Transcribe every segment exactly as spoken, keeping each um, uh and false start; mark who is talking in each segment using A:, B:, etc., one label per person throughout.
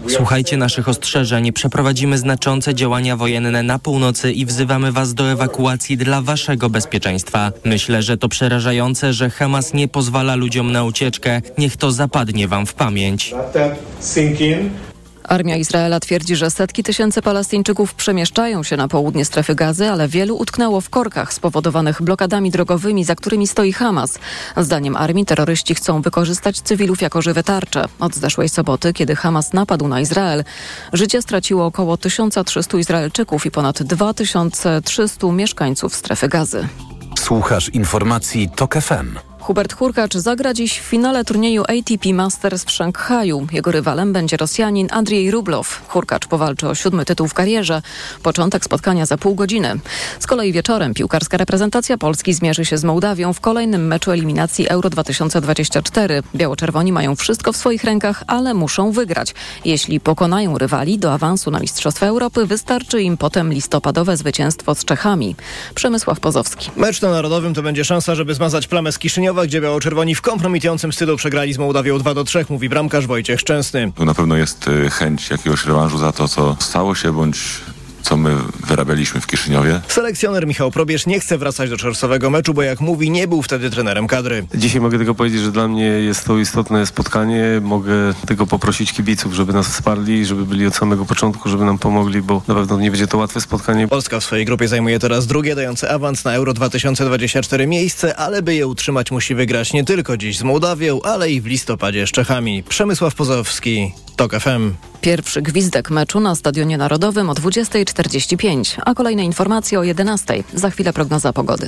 A: Słuchajcie naszych ostrzeżeń. Przeprowadzimy znaczące działania wojenne na północy i wzywamy was do ewakuacji dla waszego bezpieczeństwa. Myślę, że to przerażające, że Hamas nie pozwala ludziom na ucieczkę. Niech to zapadnie wam w pamięć.
B: Armia Izraela twierdzi, że setki tysięcy Palestyńczyków przemieszczają się na południe strefy Gazy, ale wielu utknęło w korkach spowodowanych blokadami drogowymi, za którymi stoi Hamas. Zdaniem armii terroryści chcą wykorzystać cywilów jako żywe tarcze. Od zeszłej soboty, kiedy Hamas napadł na Izrael, życie straciło około tysiąc trzysta Izraelczyków i ponad dwa tysiące trzysta mieszkańców strefy Gazy.
C: Słuchasz informacji TOK F M.
B: Hubert Hurkacz zagra dziś w finale turnieju A T P Masters w Szanghaju. Jego rywalem będzie Rosjanin Andrzej Rublow. Hurkacz powalczy o siódmy tytuł w karierze. Początek spotkania za pół godziny. Z kolei wieczorem piłkarska reprezentacja Polski zmierzy się z Mołdawią w kolejnym meczu eliminacji Euro dwa tysiące dwadzieścia cztery. Biało-czerwoni mają wszystko w swoich rękach, ale muszą wygrać. Jeśli pokonają rywali, do awansu na Mistrzostwa Europy wystarczy im potem listopadowe zwycięstwo z Czechami. Przemysław Pozowski.
D: Mecz na Narodowym to będzie szansa, żeby zmazać plamę z Kiszyniowa, gdzie biało-czerwoni w kompromitującym stylu przegrali z Mołdawią dwa do trzech, mówi bramkarz Wojciech Szczęsny.
E: Tu na pewno jest chęć jakiegoś rewanżu za to, co stało się, bądź co my wyrabialiśmy w Kiszyniowie.
D: Selekcjoner Michał Probierz nie chce wracać do czerwcowego meczu, bo jak mówi, nie był wtedy trenerem kadry.
F: Dzisiaj mogę tylko powiedzieć, że dla mnie jest to istotne spotkanie. Mogę tylko poprosić kibiców, żeby nas wsparli, żeby byli od samego początku, żeby nam pomogli, bo na pewno nie będzie to łatwe spotkanie.
D: Polska w swojej grupie zajmuje teraz drugie, dające awans na Euro dwa tysiące dwadzieścia cztery miejsce, ale by je utrzymać, musi wygrać nie tylko dziś z Mołdawią, ale i w listopadzie z Czechami. Przemysław Pozowski, TOK F M.
B: Pierwszy gwizdek meczu na Stadionie Narodowym o dwudziesta czterdzieści pięć, a kolejne informacje o jedenastej. Za chwilę prognoza pogody.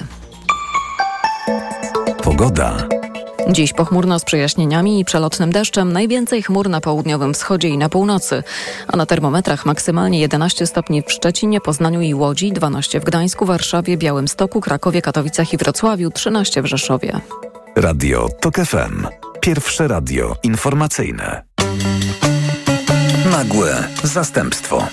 C: Pogoda.
B: Dziś pochmurno z przejaśnieniami i przelotnym deszczem, najwięcej chmur na południowym wschodzie i na północy, a na termometrach maksymalnie jedenaście stopni w Szczecinie, Poznaniu i Łodzi, dwanaście w Gdańsku, Warszawie, Białymstoku, Krakowie, Katowicach i Wrocławiu, trzynaście w Rzeszowie.
C: Radio TOK F M. Pierwsze radio informacyjne. Nagłe zastępstwo.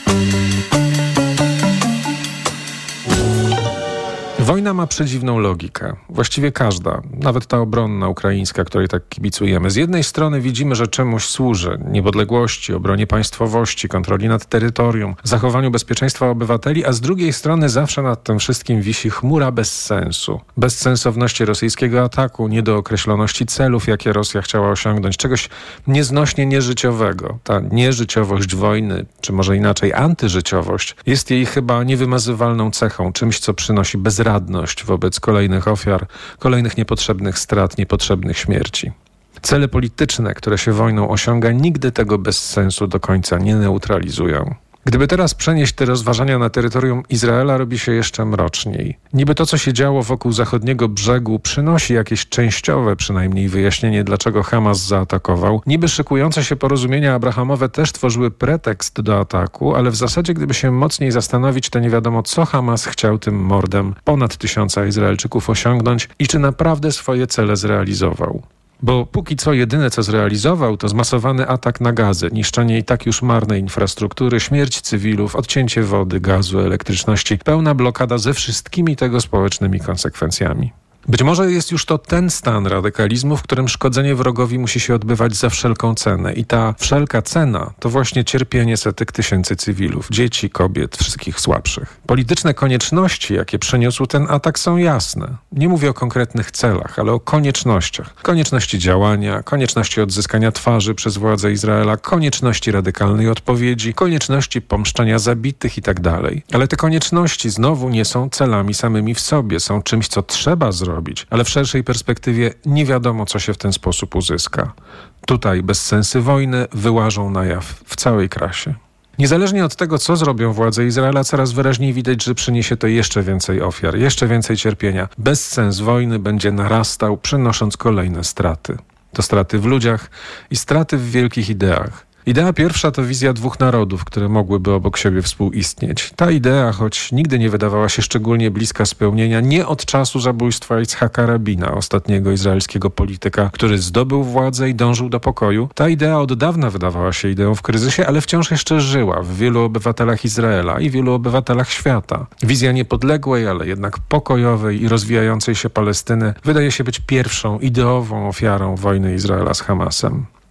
G: Wojna ma przedziwną logikę. Właściwie każda, nawet ta obronna ukraińska, której tak kibicujemy. Z jednej strony widzimy, że czemuś służy niepodległości, obronie państwowości, kontroli nad terytorium, zachowaniu bezpieczeństwa obywateli, a z drugiej strony zawsze nad tym wszystkim wisi chmura bezsensu. Bezsensowności rosyjskiego ataku, niedookreśloności celów, jakie Rosja chciała osiągnąć, czegoś nieznośnie nieżyciowego. Ta nieżyciowość wojny, czy może inaczej antyżyciowość, jest jej chyba niewymazywalną cechą, czymś, co przynosi bezradność wobec kolejnych ofiar, kolejnych niepotrzebnych strat, niepotrzebnych śmierci. Cele polityczne, które się wojną osiąga, nigdy tego bezsensu do końca nie neutralizują. Gdyby teraz przenieść te rozważania na terytorium Izraela, robi się jeszcze mroczniej. Niby to, co się działo wokół zachodniego brzegu, przynosi jakieś częściowe przynajmniej wyjaśnienie, dlaczego Hamas zaatakował. Niby szykujące się porozumienia abrahamowe też tworzyły pretekst do ataku, ale w zasadzie, gdyby się mocniej zastanowić, to nie wiadomo, co Hamas chciał tym mordem ponad tysiąca Izraelczyków osiągnąć i czy naprawdę swoje cele zrealizował. Bo póki co jedyne, co zrealizował, to zmasowany atak na Gazę, niszczenie i tak już marnej infrastruktury, śmierć cywilów, odcięcie wody, gazu, elektryczności, pełna blokada ze wszystkimi tego społecznymi konsekwencjami. Być może jest już to ten stan radykalizmu, w którym szkodzenie wrogowi musi się odbywać za wszelką cenę. I ta wszelka cena to właśnie cierpienie setek tysięcy cywilów, dzieci, kobiet, wszystkich słabszych. Polityczne konieczności, jakie przyniósł ten atak, są jasne. Nie mówię o konkretnych celach, ale o koniecznościach. Konieczności działania, konieczności odzyskania twarzy przez władze Izraela, konieczności radykalnej odpowiedzi, konieczności pomszczenia zabitych itd. Ale te konieczności znowu nie są celami samymi w sobie, są czymś, co trzeba zrobić. Robić, ale w szerszej perspektywie nie wiadomo, co się w ten sposób uzyska. Tutaj bezsensy wojny wyłażą na jaw w całej krasie. Niezależnie od tego, co zrobią władze Izraela, coraz wyraźniej widać, że przyniesie to jeszcze więcej ofiar, jeszcze więcej cierpienia. Bezsens wojny będzie narastał, przynosząc kolejne straty. To straty w ludziach i straty w wielkich ideach. Idea pierwsza to wizja dwóch narodów, które mogłyby obok siebie współistnieć. Ta idea, choć nigdy nie wydawała się szczególnie bliska spełnienia, nie od czasu zabójstwa Itzhaka Rabina, ostatniego izraelskiego polityka, który zdobył władzę i dążył do pokoju. Ta idea od dawna wydawała się ideą w kryzysie, ale wciąż jeszcze żyła w wielu obywatelach Izraela i wielu obywatelach świata. Wizja niepodległej, ale jednak pokojowej i rozwijającej się Palestyny wydaje się być pierwszą ideową ofiarą wojny Izraela z Hamasem.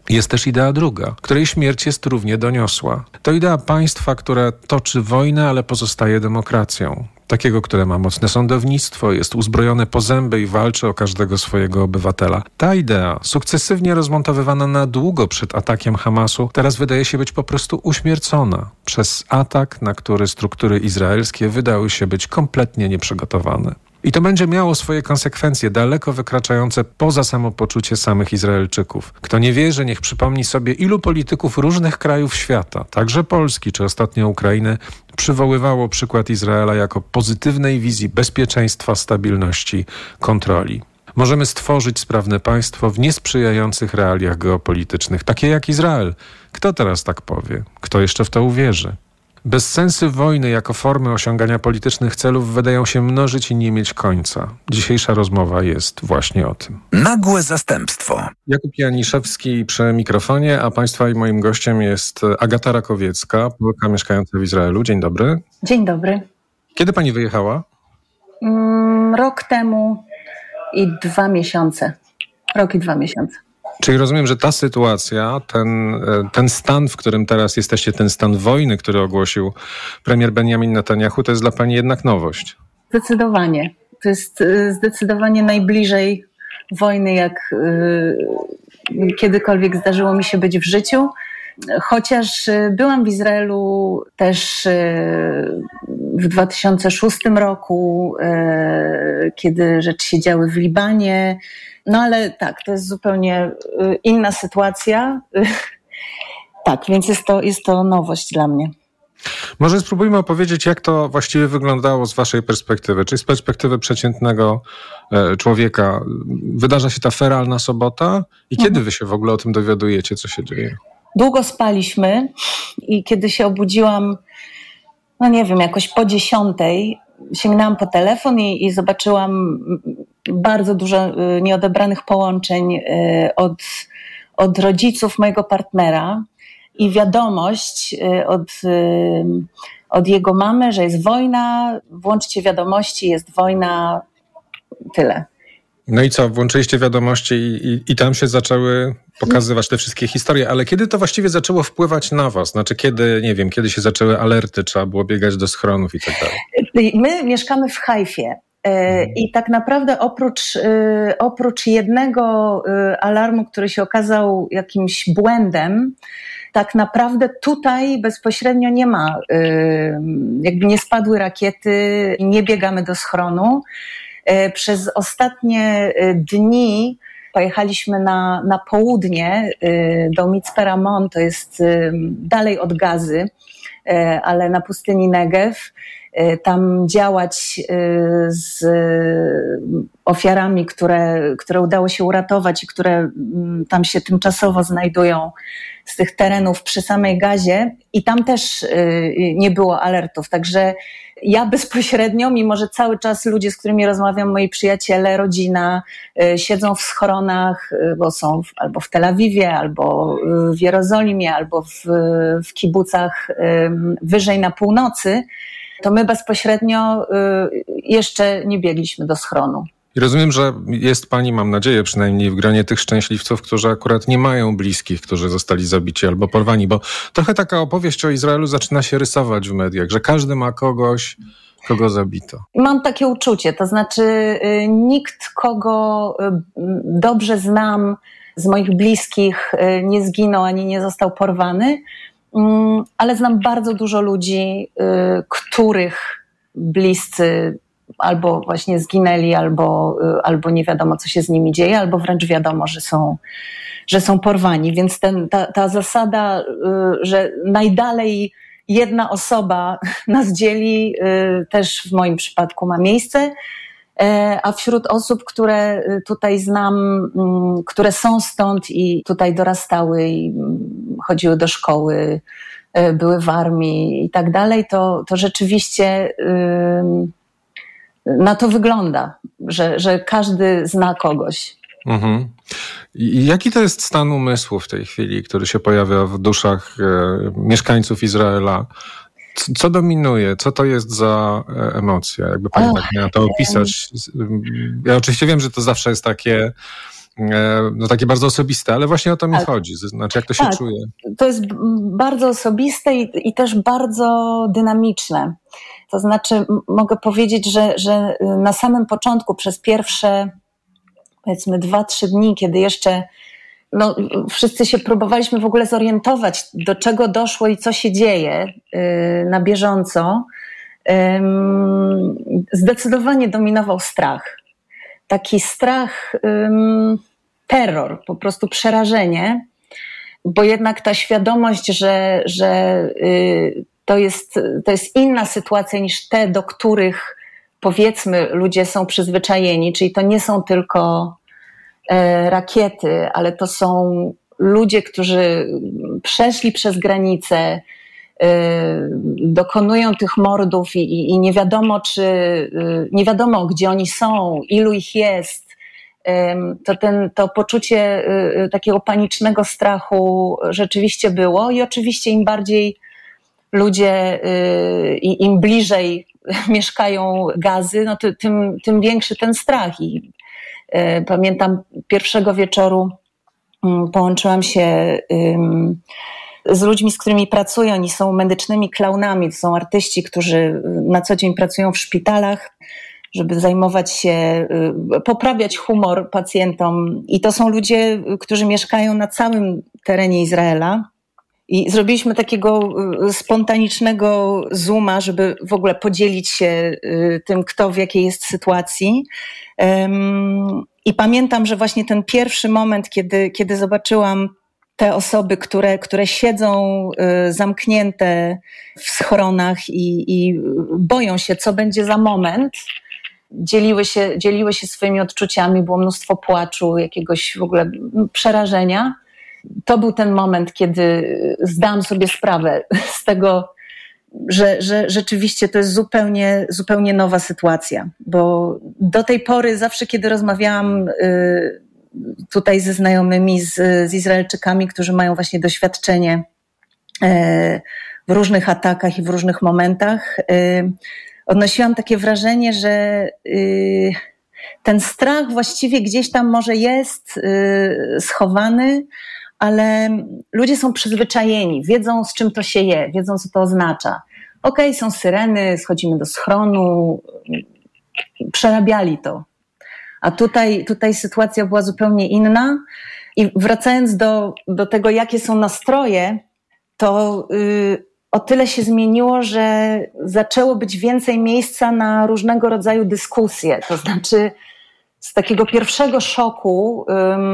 G: Jest też idea druga, której śmierć jest równie doniosła. To idea państwa, które toczy wojnę, ale pozostaje demokracją. Takiego, które ma mocne sądownictwo, jest uzbrojone po zęby i walczy o każdego swojego obywatela. Ta idea, sukcesywnie rozmontowywana na długo przed atakiem Hamasu, teraz wydaje się być po prostu uśmiercona przez atak, na który struktury izraelskie wydały się być kompletnie nieprzygotowane. I to będzie miało swoje konsekwencje daleko wykraczające poza samopoczucie samych Izraelczyków. Kto nie wierzy, niech przypomni sobie, ilu polityków różnych krajów świata, także Polski czy ostatnio Ukrainy, przywoływało przykład Izraela jako pozytywnej wizji bezpieczeństwa, stabilności, kontroli. Możemy stworzyć sprawne państwo w niesprzyjających realiach geopolitycznych, takie jak Izrael. Kto teraz tak powie? Kto jeszcze w to uwierzy? Bezsensy wojny jako formy osiągania politycznych celów wydają się mnożyć i nie mieć końca. Dzisiejsza rozmowa jest właśnie o tym.
C: Nagłe zastępstwo.
G: Jakub Janiszewski przy mikrofonie, a Państwa i moim gościem jest Agata Rakowiecka, Polka mieszkająca w Izraelu. Dzień dobry.
H: Dzień dobry.
G: Kiedy Pani wyjechała?
H: Mm, rok temu i dwa miesiące. Rok i dwa miesiące.
G: Czyli rozumiem, że ta sytuacja, ten, ten stan, w którym teraz jesteście, ten stan wojny, który ogłosił premier Benjamin Netanyahu, to jest dla Pani jednak nowość.
H: Zdecydowanie. To jest zdecydowanie najbliżej wojny, jak kiedykolwiek zdarzyło mi się być w życiu. Chociaż byłam w Izraelu też w dwa tysiące szóstym roku, kiedy rzeczy się działy w Libanie. No ale tak, to jest zupełnie inna sytuacja. Tak, więc jest to, jest to nowość dla mnie.
G: Może spróbujmy opowiedzieć, jak to właściwie wyglądało z waszej perspektywy, czyli z perspektywy przeciętnego człowieka. Wydarza się ta feralna sobota i kiedy wy się w ogóle o tym dowiadujecie, co się dzieje?
H: Długo spaliśmy i kiedy się obudziłam, no nie wiem, jakoś po dziesiątej, sięgnęłam po telefon i, i zobaczyłam bardzo dużo nieodebranych połączeń od, od rodziców mojego partnera i wiadomość od, od jego mamy, że jest wojna, włączcie wiadomości, jest wojna, tyle.
G: No i co, włączyliście wiadomości i, i, i tam się zaczęły pokazywać te wszystkie historie, ale kiedy to właściwie zaczęło wpływać na was? Znaczy kiedy, nie wiem, kiedy się zaczęły alerty, trzeba było biegać do schronów i tak dalej?
H: My mieszkamy w Hajfie i tak naprawdę oprócz, oprócz jednego alarmu, który się okazał jakimś błędem, tak naprawdę tutaj bezpośrednio nie ma, jakby nie spadły rakiety, nie biegamy do schronu. Przez ostatnie dni pojechaliśmy na, na południe do Mitzpe-Ramon, to jest dalej od Gazy, ale na pustyni Negev. Tam działać z ofiarami, które, które udało się uratować i które tam się tymczasowo znajdują z tych terenów przy samej Gazie i tam też nie było alertów, także ja bezpośrednio, mimo że cały czas ludzie, z którymi rozmawiam, moi przyjaciele, rodzina, siedzą w schronach, bo są w, albo w Tel Awiwie, albo w Jerozolimie, albo w, w kibucach wyżej na północy, to my bezpośrednio jeszcze nie biegliśmy do schronu.
G: I rozumiem, że jest pani, mam nadzieję, przynajmniej w gronie tych szczęśliwców, którzy akurat nie mają bliskich, którzy zostali zabici albo porwani, bo trochę taka opowieść o Izraelu zaczyna się rysować w mediach, że każdy ma kogoś, kogo zabito.
H: Mam takie uczucie, to znaczy nikt, kogo dobrze znam z moich bliskich, nie zginął ani nie został porwany, ale znam bardzo dużo ludzi, których bliscy albo właśnie zginęli, albo, albo nie wiadomo, co się z nimi dzieje, albo wręcz wiadomo, że są, że są porwani. Więc ten, ta, ta zasada, że najdalej jedna osoba nas dzieli, też w moim przypadku ma miejsce. A wśród osób, które tutaj znam, które są stąd i tutaj dorastały i chodziły do szkoły, były w armii i tak dalej, to, to rzeczywiście na to wygląda, że, że każdy zna kogoś.
G: Mhm. I jaki to jest stan umysłu w tej chwili, który się pojawia w duszach e, mieszkańców Izraela? Co, co dominuje? Co to jest za e, emocja? Jakby pani oh, tak miała to opisać. Ja oczywiście wiem, że to zawsze jest takie no takie bardzo osobiste, ale właśnie o to mi
H: tak.
G: chodzi. Znaczy, jak to się
H: tak,
G: czuje?
H: To jest bardzo osobiste i, i też bardzo dynamiczne. To znaczy, m- mogę powiedzieć, że, że na samym początku, przez pierwsze, powiedzmy, dwa, trzy dni, kiedy jeszcze no, wszyscy się próbowaliśmy w ogóle zorientować, do czego doszło i co się dzieje yy, na bieżąco, yy, zdecydowanie dominował strach. Taki strach, yy, terror, po prostu przerażenie, bo jednak ta świadomość, że, że yy, to jest, to jest inna sytuacja niż te, do których, powiedzmy, ludzie są przyzwyczajeni, czyli to nie są tylko e, rakiety, ale to są ludzie, którzy przeszli przez granicę, e, dokonują tych mordów i, i, i nie wiadomo, czy e, nie wiadomo, gdzie oni są, ilu ich jest. E, to, ten, to poczucie e, takiego panicznego strachu rzeczywiście było i oczywiście im bardziej ludzie i y, im bliżej mieszkają Gazy, no to tym, tym większy ten strach. I y, pamiętam pierwszego wieczoru y, połączyłam się y, z ludźmi, z którymi pracuję. Oni są medycznymi klaunami, to są artyści, którzy na co dzień pracują w szpitalach, żeby zajmować się, y, poprawiać humor pacjentom. I to są ludzie, którzy mieszkają na całym terenie Izraela. I zrobiliśmy takiego spontanicznego zooma, żeby w ogóle podzielić się tym, kto w jakiej jest sytuacji. I pamiętam, że właśnie ten pierwszy moment, kiedy, kiedy zobaczyłam te osoby, które, które siedzą zamknięte w schronach i, i boją się, co będzie za moment, dzieliły się, dzieliły się swoimi odczuciami, było mnóstwo płaczu, jakiegoś w ogóle przerażenia. To był ten moment, kiedy zdałam sobie sprawę z tego, że, że rzeczywiście to jest zupełnie, zupełnie nowa sytuacja, bo do tej pory zawsze, kiedy rozmawiałam tutaj ze znajomymi, z, z Izraelczykami, którzy mają właśnie doświadczenie w różnych atakach i w różnych momentach, odnosiłam takie wrażenie, że ten strach właściwie gdzieś tam może jest schowany, ale ludzie są przyzwyczajeni, wiedzą, z czym to się je, wiedzą, co to oznacza. Okej, okay, są syreny, schodzimy do schronu, przerabiali to. A tutaj, tutaj sytuacja była zupełnie inna. I wracając do, do tego, jakie są nastroje, to yy, o tyle się zmieniło, że zaczęło być więcej miejsca na różnego rodzaju dyskusje. To znaczy z takiego pierwszego szoku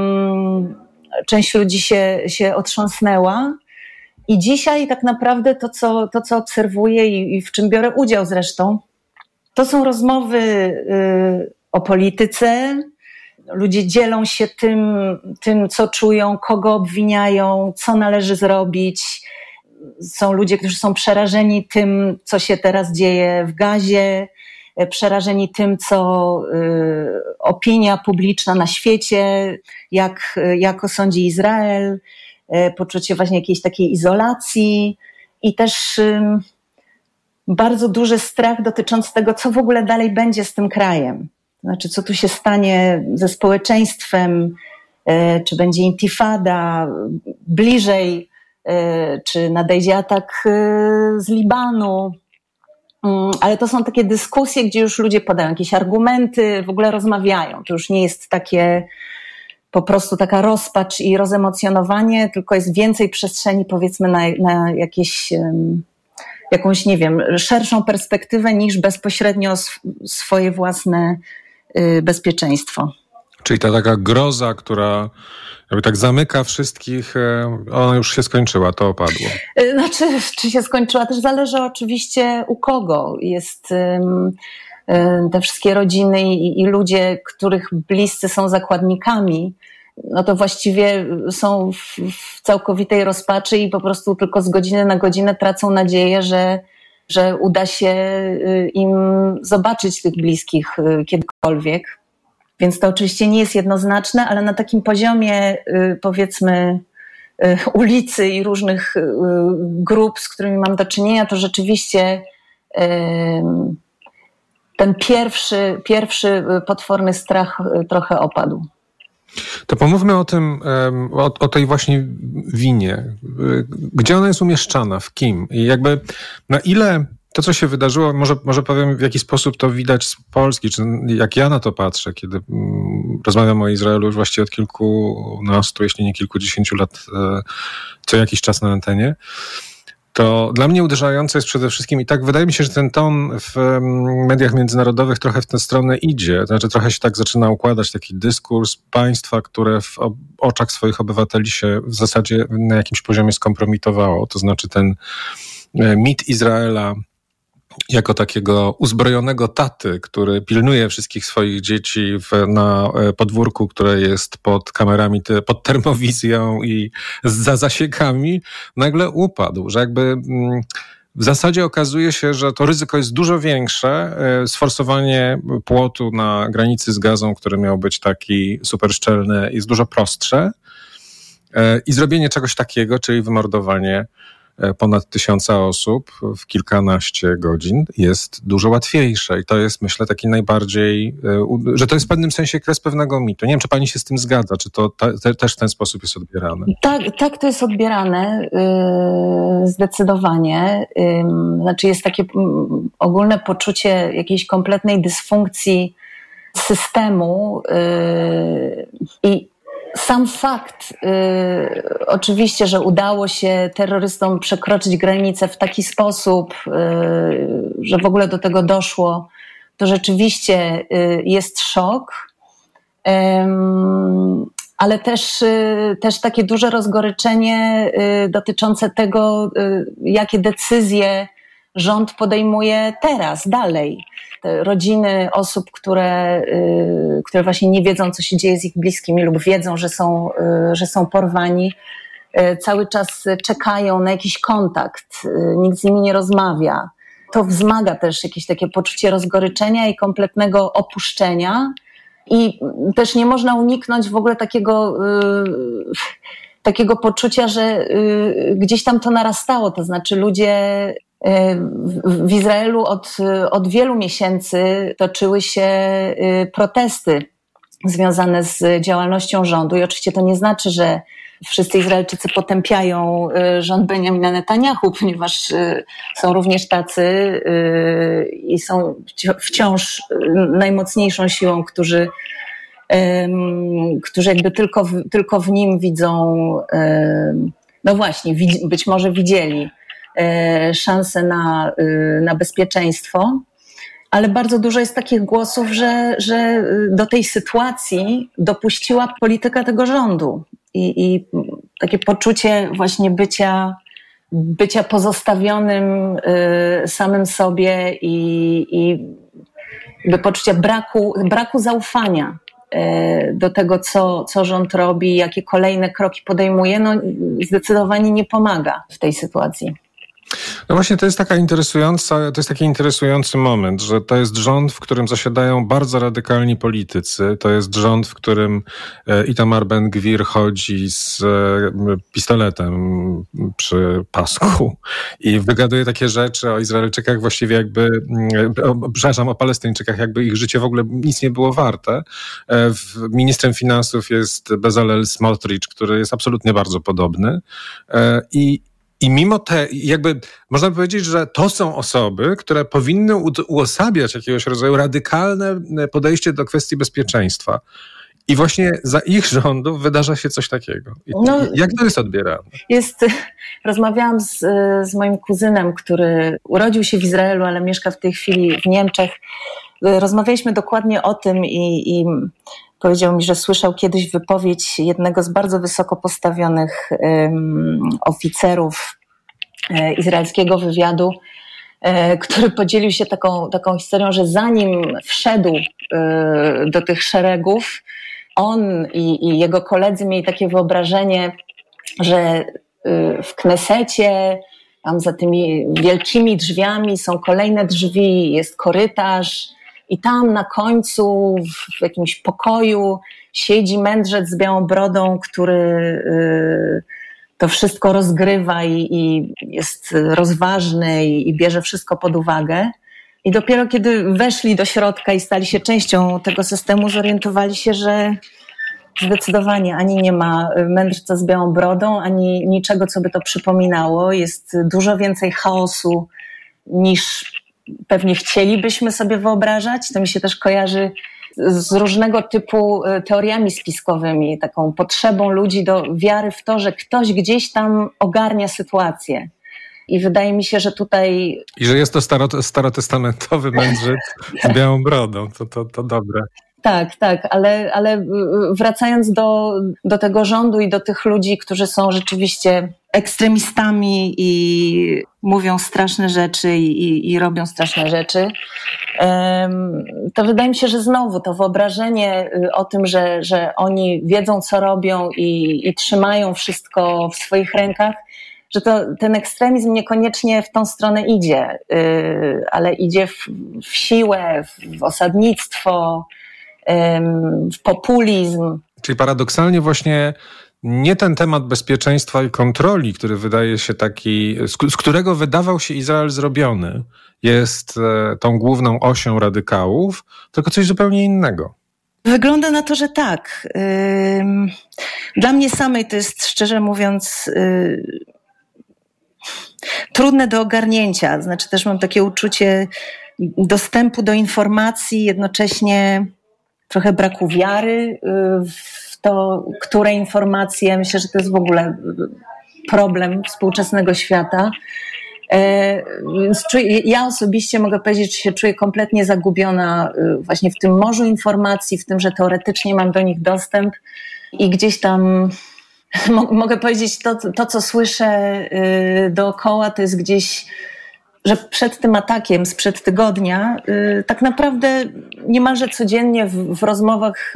H: yy, część ludzi się, się otrząsnęła i dzisiaj tak naprawdę to, co, to, co obserwuję i, i w czym biorę udział zresztą, to są rozmowy y, o polityce. Ludzie dzielą się tym, tym, co czują, kogo obwiniają, co należy zrobić. Są ludzie, którzy są przerażeni tym, co się teraz dzieje w Gazie, przerażeni tym, co y, opinia publiczna na świecie, jak, jak osądzi Izrael, y, poczucie właśnie jakiejś takiej izolacji i też y, bardzo duży strach dotyczący tego, co w ogóle dalej będzie z tym krajem. Znaczy, co tu się stanie ze społeczeństwem, y, czy będzie intifada, bliżej, y, czy nadejdzie atak y, z Libanu. Ale to są takie dyskusje, gdzie już ludzie podają jakieś argumenty, w ogóle rozmawiają. To już nie jest takie po prostu taka rozpacz i rozemocjonowanie, tylko jest więcej przestrzeni, powiedzmy, na, na jakieś, jakąś, nie wiem, szerszą perspektywę niż bezpośrednio swoje własne bezpieczeństwo.
G: Czyli ta taka groza, która jakby tak zamyka wszystkich, ona już się skończyła, to opadło.
H: Znaczy, czy się skończyła, też zależy oczywiście u kogo. Jest um, te wszystkie rodziny i, i ludzie, których bliscy są zakładnikami, no to właściwie są w, w całkowitej rozpaczy i po prostu tylko z godziny na godzinę tracą nadzieję, że, że uda się im zobaczyć tych bliskich kiedykolwiek. Więc to oczywiście nie jest jednoznaczne, ale na takim poziomie, powiedzmy, ulicy i różnych grup, z którymi mam do czynienia, to rzeczywiście ten pierwszy, pierwszy potworny strach trochę opadł.
G: To pomówmy o tym, o, o tej właśnie winie. Gdzie ona jest umieszczana? W kim? I jakby na ile to, co się wydarzyło, może, może powiem, w jaki sposób to widać z Polski, czy jak ja na to patrzę, kiedy mm, rozmawiam o Izraelu już właściwie od kilkunastu, jeśli nie kilkudziesięciu lat, e, co jakiś czas na antenie, to dla mnie uderzające jest przede wszystkim, i tak wydaje mi się, że ten ton w mediach międzynarodowych trochę w tę stronę idzie, to znaczy trochę się tak zaczyna układać taki dyskurs państwa, które w oczach swoich obywateli się w zasadzie na jakimś poziomie skompromitowało, to znaczy ten mit Izraela jako takiego uzbrojonego taty, który pilnuje wszystkich swoich dzieci w, na podwórku, które jest pod kamerami, pod termowizją i za zasiekami, nagle upadł, że jakby w zasadzie okazuje się, że to ryzyko jest dużo większe. Sforsowanie płotu na granicy z Gazą, który miał być taki super szczelny, jest dużo prostsze i zrobienie czegoś takiego, czyli wymordowanie ponad tysiąca osób w kilkanaście godzin jest dużo łatwiejsze i to jest, myślę, taki najbardziej, że to jest w pewnym sensie kres pewnego mitu. Nie wiem, czy pani się z tym zgadza, czy to te, też w ten sposób jest odbierane?
H: Tak, tak to jest odbierane, yy, zdecydowanie. Yy, znaczy jest takie yy, ogólne poczucie jakiejś kompletnej dysfunkcji systemu yy, i sam fakt, y, oczywiście, że udało się terrorystom przekroczyć granicę w taki sposób, y, że w ogóle do tego doszło, to rzeczywiście y, jest szok, y, ale też, y, też takie duże rozgoryczenie y, dotyczące tego, y, jakie decyzje rząd podejmuje teraz, dalej. Te rodziny osób, które, y, które właśnie nie wiedzą, co się dzieje z ich bliskimi lub wiedzą, że są, y, że są porwani, y, cały czas czekają na jakiś kontakt, y, nikt z nimi nie rozmawia. To wzmaga też jakieś takie poczucie rozgoryczenia i kompletnego opuszczenia i też nie można uniknąć w ogóle takiego, y, takiego poczucia, że y, gdzieś tam to narastało, to znaczy ludzie w Izraelu od, od wielu miesięcy toczyły się protesty związane z działalnością rządu i oczywiście to nie znaczy, że wszyscy Izraelczycy potępiają rząd Benjamina Netanjahu, ponieważ są również tacy i są wciąż najmocniejszą siłą, którzy, którzy jakby tylko w, tylko w nim widzą, no właśnie, być może widzieli szansę na, na bezpieczeństwo, ale bardzo dużo jest takich głosów, że, że do tej sytuacji dopuściła polityka tego rządu i, i takie poczucie właśnie bycia, bycia pozostawionym samym sobie i, i jakby poczucia braku, braku zaufania do tego, co, co rząd robi, jakie kolejne kroki podejmuje, no zdecydowanie nie pomaga w tej sytuacji.
G: No właśnie to jest taka interesująca, to jest taki interesujący moment, że to jest rząd, w którym zasiadają bardzo radykalni politycy. To jest rząd, w którym Itamar Ben-Gvir chodzi z pistoletem przy pasku i wygaduje takie rzeczy o Izraelczykach właściwie jakby, o, przepraszam, o Palestyńczykach, jakby ich życie w ogóle nic nie było warte. Ministrem finansów jest Bezalel Smotrich, który jest absolutnie bardzo podobny i I mimo te, jakby można powiedzieć, że to są osoby, które powinny uosabiać jakiegoś rodzaju radykalne podejście do kwestii bezpieczeństwa. I właśnie za ich rządów wydarza się coś takiego. I no, jak to jest odbierane? Jest,
H: rozmawiałam z, z moim kuzynem, który urodził się w Izraelu, ale mieszka w tej chwili w Niemczech. Rozmawialiśmy dokładnie o tym i, i powiedział mi, że słyszał kiedyś wypowiedź jednego z bardzo wysoko postawionych um, oficerów e, izraelskiego wywiadu, e, który podzielił się taką, taką historią, że zanim wszedł e, do tych szeregów, on i, i jego koledzy mieli takie wyobrażenie, że e, w Knesecie, tam za tymi wielkimi drzwiami są kolejne drzwi, jest korytarz, i tam na końcu w jakimś pokoju siedzi mędrzec z białą brodą, który y, to wszystko rozgrywa i, i jest rozważny i, i bierze wszystko pod uwagę. I dopiero kiedy weszli do środka i stali się częścią tego systemu, zorientowali się, że Zdecydowanie ani nie ma mędrca z białą brodą, ani niczego, co by to przypominało. Jest dużo więcej chaosu niż pewnie chcielibyśmy sobie wyobrażać. To mi się też kojarzy z różnego typu teoriami spiskowymi, taką potrzebą ludzi do wiary w to, że ktoś gdzieś tam ogarnia sytuację. I wydaje mi się, że tutaj...
G: I że jest to staro, starotestamentowy mędrzec z białą brodą. To, to, to dobre.
H: Tak, tak, ale, ale wracając do, do tego rządu i do tych ludzi, którzy są rzeczywiście ekstremistami i mówią straszne rzeczy i, i, i robią straszne rzeczy, to wydaje mi się, że znowu to wyobrażenie o tym, że, że oni wiedzą, co robią i, i trzymają wszystko w swoich rękach, że to, ten ekstremizm niekoniecznie w tą stronę idzie, ale idzie w, w siłę, w, w osadnictwo, w populizm.
G: Czyli paradoksalnie właśnie nie ten temat bezpieczeństwa i kontroli, który wydaje się taki, z którego wydawał się Izrael zrobiony, jest tą główną osią radykałów, tylko coś zupełnie innego.
H: Wygląda na to, że tak. Dla mnie samej to jest, szczerze mówiąc, trudne do ogarnięcia. Znaczy też mam takie uczucie dostępu do informacji, jednocześnie trochę braku wiary w to, które informacje. Myślę, że to jest w ogóle problem współczesnego świata. Więc czuję, ja osobiście mogę powiedzieć, że się czuję kompletnie zagubiona właśnie w tym morzu informacji, w tym, że teoretycznie mam do nich dostęp i gdzieś tam mogę powiedzieć to, to, co słyszę dookoła, to jest gdzieś, że przed tym atakiem sprzed tygodnia tak naprawdę niemalże codziennie w, w rozmowach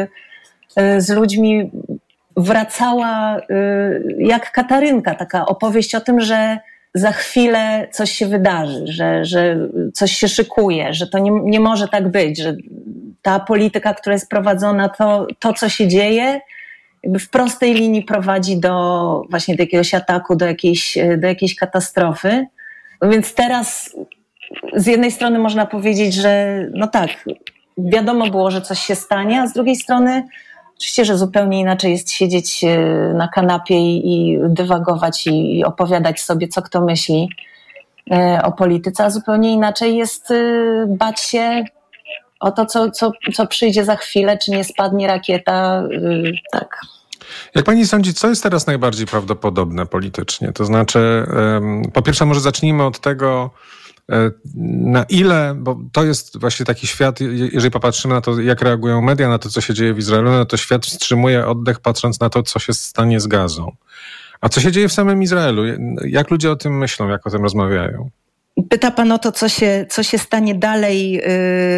H: z ludźmi wracała jak Katarynka taka opowieść o tym, że za chwilę coś się wydarzy, że, że coś się szykuje, że to nie, nie może tak być, że ta polityka, która jest prowadzona, to, to co się dzieje, jakby w prostej linii prowadzi do właśnie do jakiegoś ataku, do jakiejś, do jakiejś katastrofy. Więc teraz z jednej strony można powiedzieć, że no tak, wiadomo było, że coś się stanie, a z drugiej strony oczywiście, że zupełnie inaczej jest siedzieć na kanapie i dywagować i opowiadać sobie, co kto myśli o polityce, a zupełnie inaczej jest bać się o to, co, co, co przyjdzie za chwilę, czy nie spadnie rakieta. Tak.
G: Jak pani sądzi, co jest teraz najbardziej prawdopodobne politycznie? To znaczy, po pierwsze może zacznijmy od tego, na ile, bo to jest właśnie taki świat, jeżeli popatrzymy na to, jak reagują media na to, co się dzieje w Izraelu, no to świat wstrzymuje oddech, patrząc na to, co się stanie z Gazą. A co się dzieje w samym Izraelu? Jak ludzie o tym myślą, jak o tym rozmawiają?
H: Pyta pan o to, co się, co się stanie dalej yy,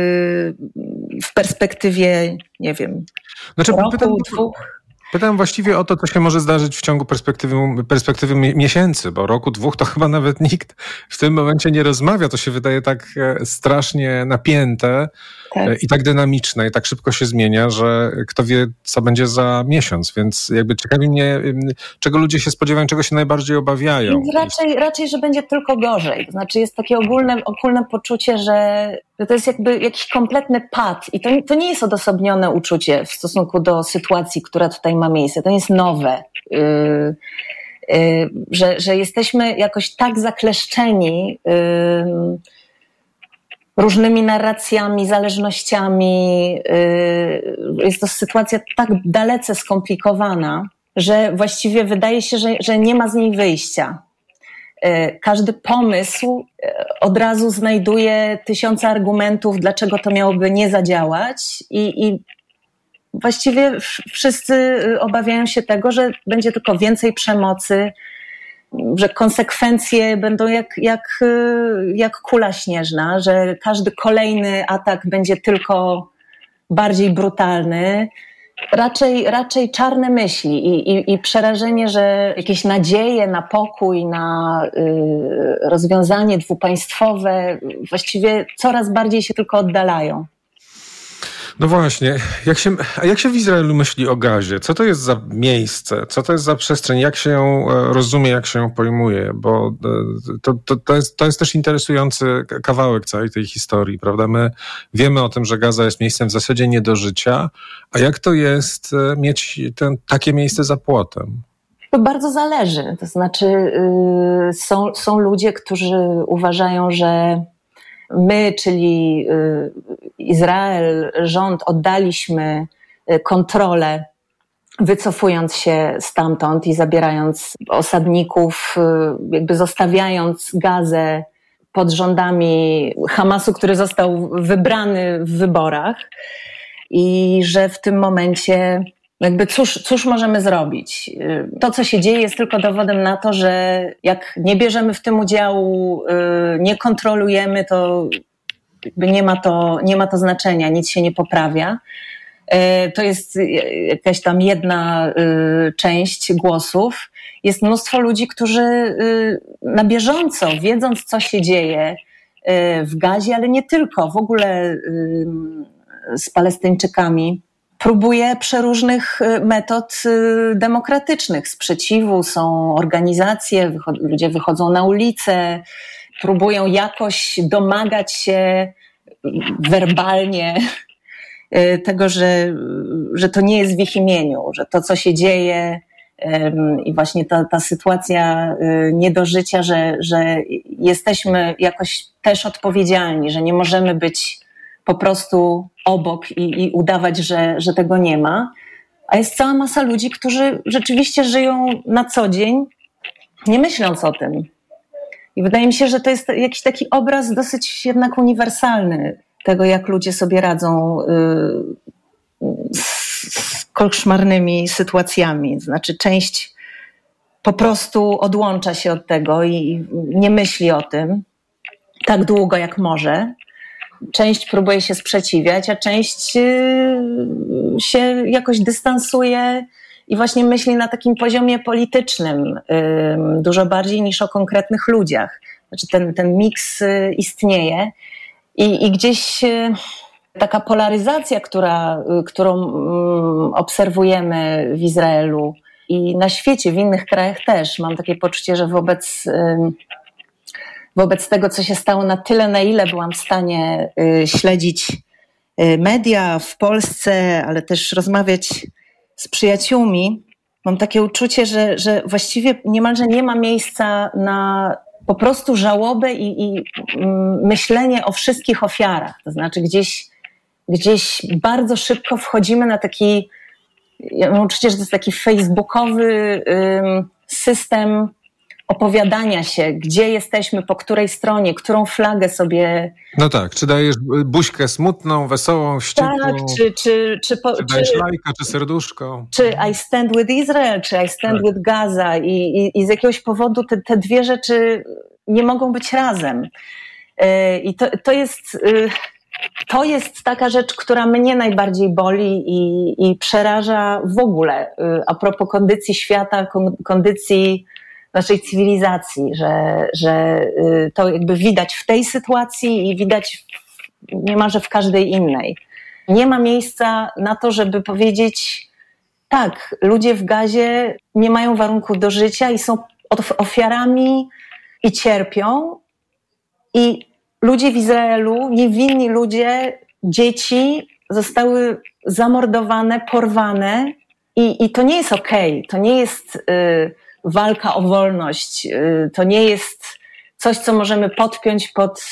H: w perspektywie, nie wiem, znaczy, roku,
G: pytam,
H: dwóch?
G: Pytam właściwie o to, co się może zdarzyć w ciągu perspektywy, perspektywy miesięcy, bo roku, dwóch to chyba nawet nikt w tym momencie nie rozmawia. To się wydaje tak strasznie napięte tak. i tak dynamiczne i tak szybko się zmienia, że kto wie, co będzie za miesiąc. Więc jakby ciekawi mnie, czego ludzie się spodziewają, czego się najbardziej obawiają.
H: Raczej, raczej, że będzie tylko gorzej. To znaczy jest takie ogólne, ogólne poczucie, że to jest jakby jakiś kompletny pad i to, to nie jest odosobnione uczucie w stosunku do sytuacji, która tutaj ma miejsce. To nie jest nowe. Yy, yy, że, że jesteśmy jakoś tak zakleszczeni yy, różnymi narracjami, zależnościami. Yy, jest to sytuacja tak dalece skomplikowana, że właściwie wydaje się, że, że nie ma z niej wyjścia. Każdy pomysł od razu znajduje tysiące argumentów, dlaczego to miałoby nie zadziałać i, i właściwie wszyscy obawiają się tego, że będzie tylko więcej przemocy, że konsekwencje będą jak, jak, jak kula śnieżna, że każdy kolejny atak będzie tylko bardziej brutalny. Raczej, raczej czarne myśli i, i, i przerażenie, że jakieś nadzieje na pokój, na y, rozwiązanie dwupaństwowe właściwie coraz bardziej się tylko oddalają.
G: No właśnie, jak się, a jak się w Izraelu myśli o gazie? Co to jest za miejsce? Co to jest za przestrzeń? Jak się ją rozumie, jak się ją pojmuje? Bo to, to, to, jest, to jest też interesujący kawałek całej tej historii, prawda? My wiemy o tym, że Gaza jest miejscem w zasadzie nie do życia, a jak to jest mieć ten, takie miejsce za płotem?
H: To bardzo zależy. To znaczy yy, są, są ludzie, którzy uważają, że my, czyli Izrael, rząd, oddaliśmy kontrolę, wycofując się stamtąd i zabierając osadników, jakby zostawiając Gazę pod rządami Hamasu, który został wybrany w wyborach i że w tym momencie jakby cóż, cóż możemy zrobić? To, co się dzieje, jest tylko dowodem na to, że jak nie bierzemy w tym udziału, nie kontrolujemy, to jakby nie ma to, nie ma to znaczenia, nic się nie poprawia. To jest jakaś tam jedna część głosów. Jest mnóstwo ludzi, którzy na bieżąco, wiedząc, co się dzieje w Gazie, ale nie tylko, w ogóle z Palestyńczykami, próbuje przeróżnych metod demokratycznych sprzeciwu. Są organizacje, wychod- ludzie wychodzą na ulicę, próbują jakoś domagać się werbalnie tego, że, że to nie jest w ich imieniu, że to, co się dzieje i właśnie ta, ta sytuacja niedożycia, że, że jesteśmy jakoś też odpowiedzialni, że nie możemy być po prostu obok i, i udawać, że, że tego nie ma. A jest cała masa ludzi, którzy rzeczywiście żyją na co dzień, nie myśląc o tym. I wydaje mi się, że to jest jakiś taki obraz dosyć jednak uniwersalny tego, jak ludzie sobie radzą z, z koszmarnymi sytuacjami. Znaczy część po prostu odłącza się od tego i nie myśli o tym tak długo, jak może. Część próbuje się sprzeciwiać, a część się jakoś dystansuje i właśnie myśli na takim poziomie politycznym dużo bardziej niż o konkretnych ludziach. Znaczy ten, ten miks istnieje i, i gdzieś taka polaryzacja, która, którą obserwujemy w Izraelu i na świecie, w innych krajach też, mam takie poczucie, że wobec Wobec tego, co się stało, na tyle, na ile byłam w stanie y, śledzić y, media w Polsce, ale też rozmawiać z przyjaciółmi, mam takie uczucie, że, że właściwie niemalże nie ma miejsca na po prostu żałobę i, i y, myślenie o wszystkich ofiarach. To znaczy gdzieś, gdzieś bardzo szybko wchodzimy na taki, ja mam uczucie, że to jest taki facebookowy y, system opowiadania się, gdzie jesteśmy, po której stronie, którą flagę sobie...
G: No tak, czy dajesz buźkę smutną, wesołą, wściekłą?
H: Tak, czy... Czy, czy, po,
G: czy dajesz czy, lajka, czy serduszko?
H: Czy I stand with Israel, czy I stand tak. with Gaza i, i, i z jakiegoś powodu te, te dwie rzeczy nie mogą być razem. Yy, I to, to jest... Yy, To jest taka rzecz, która mnie najbardziej boli i, i przeraża w ogóle. Yy, a propos kondycji świata, kondycji naszej cywilizacji, że, że to jakby widać w tej sytuacji i widać niemalże w każdej innej. Nie ma miejsca na to, żeby powiedzieć tak, ludzie w Gazie nie mają warunków do życia i są ofiarami i cierpią i ludzie w Izraelu, niewinni ludzie, dzieci zostały zamordowane, porwane i, i to nie jest okej, to nie jest... Yy, walka o wolność, to nie jest coś, co możemy podpiąć pod...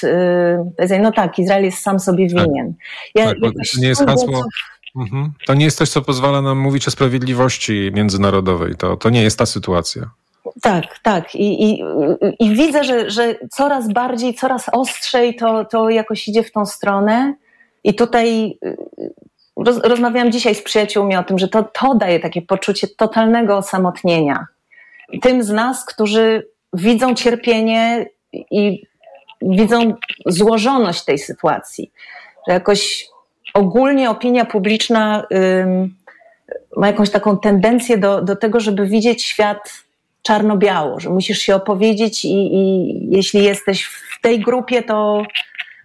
H: No tak, Izrael jest sam sobie winien. Ja,
G: tak, to nie jest hasło... Co... Mhm. To nie jest coś, co pozwala nam mówić o sprawiedliwości międzynarodowej. To, to nie jest ta sytuacja.
H: Tak, tak. I, i, i widzę, że, że coraz bardziej, coraz ostrzej to, to jakoś idzie w tą stronę. I tutaj roz, rozmawiałam dzisiaj z przyjaciółmi o tym, że to, to daje takie poczucie totalnego osamotnienia. Tym z nas, którzy widzą cierpienie i widzą złożoność tej sytuacji. Że jakoś ogólnie opinia publiczna ym, ma jakąś taką tendencję do, do tego, żeby widzieć świat czarno-biało, że musisz się opowiedzieć i, i jeśli jesteś w tej grupie, to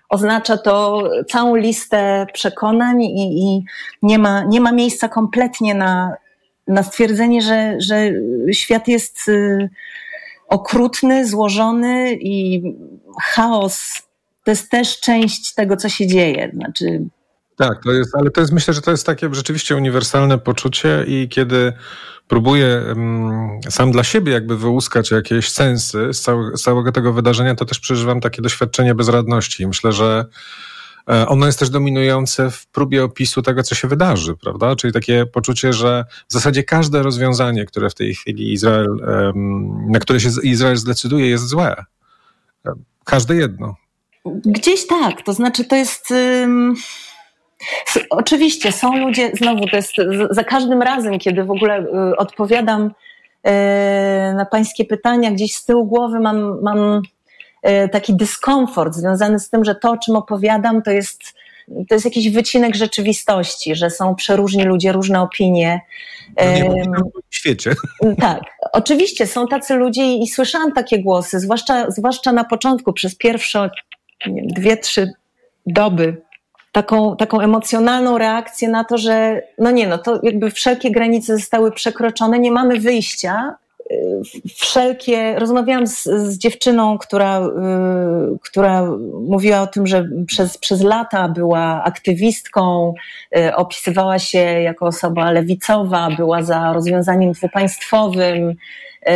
H: oznacza to całą listę przekonań i, i nie ma, nie ma miejsca kompletnie na, na stwierdzenie, że, że świat jest y, okrutny, złożony i chaos to jest też część tego, co się dzieje. Znaczy...
G: Tak, to jest, ale to jest, myślę, że to jest takie rzeczywiście uniwersalne poczucie i kiedy próbuję um, sam dla siebie jakby wyłuskać jakieś sensy z, całe, z całego tego wydarzenia, to też przeżywam takie doświadczenie bezradności. Myślę, że ono jest też dominujące w próbie opisu tego, co się wydarzy, prawda? Czyli takie poczucie, że w zasadzie każde rozwiązanie, które w tej chwili Izrael, um, na które się Izrael zdecyduje, jest złe. Każde jedno.
H: Gdzieś tak, to znaczy to jest... Um... Oczywiście są ludzie, znowu to jest za każdym razem, kiedy w ogóle y, odpowiadam y, na pańskie pytania, gdzieś z tyłu głowy mam, mam y, taki dyskomfort związany z tym, że to, o czym opowiadam, to jest, to jest jakiś wycinek rzeczywistości, że są przeróżni ludzie, różne opinie.
G: No nie ma w świecie.
H: Tak, oczywiście są tacy ludzie i słyszałam takie głosy, zwłaszcza, zwłaszcza na początku, przez pierwsze nie wiem, dwie, trzy doby. Taką, taką emocjonalną reakcję na to, że no nie, no to jakby wszelkie granice zostały przekroczone, nie mamy wyjścia. Wszelkie, rozmawiałam z, z dziewczyną, która, yy, która mówiła o tym, że przez, przez lata była aktywistką, yy, opisywała się jako osoba lewicowa, była za rozwiązaniem dwupaństwowym, yy,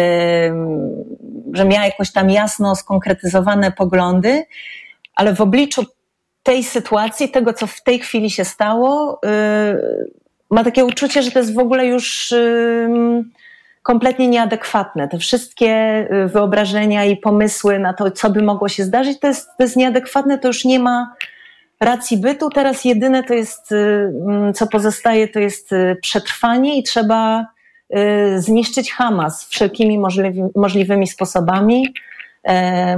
H: że miała jakoś tam jasno skonkretyzowane poglądy, ale w obliczu tej sytuacji, tego, co w tej chwili się stało, yy, ma takie uczucie, że to jest w ogóle już yy, kompletnie nieadekwatne. Te wszystkie wyobrażenia i pomysły na to, co by mogło się zdarzyć, to jest, to jest nieadekwatne, to już nie ma racji bytu. Teraz jedyne to jest, yy, co pozostaje, to jest yy, przetrwanie i trzeba yy, zniszczyć Hamas wszelkimi możliwy, możliwymi sposobami. Yy,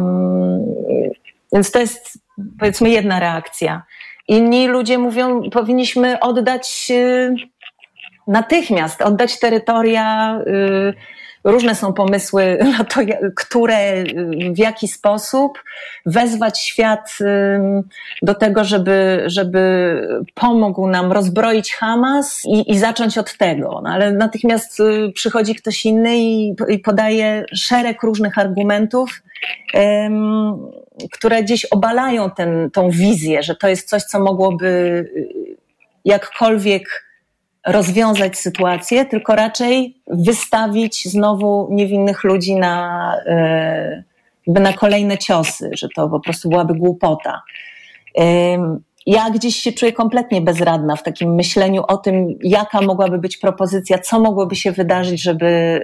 H: więc to jest powiedzmy jedna reakcja. Inni ludzie mówią, powinniśmy oddać y, natychmiast, oddać terytoria. Y, różne są pomysły na to, które, w jaki sposób wezwać świat y, do tego, żeby, żeby pomógł nam rozbroić Hamas i, i zacząć od tego. No, ale natychmiast y, przychodzi ktoś inny i, i podaje szereg różnych argumentów, które gdzieś obalają ten, tą wizję, że to jest coś, co mogłoby jakkolwiek rozwiązać sytuację, tylko raczej wystawić znowu niewinnych ludzi na, na kolejne ciosy, że to po prostu byłaby głupota. Ja gdzieś się czuję kompletnie bezradna w takim myśleniu o tym, jaka mogłaby być propozycja, co mogłoby się wydarzyć, żeby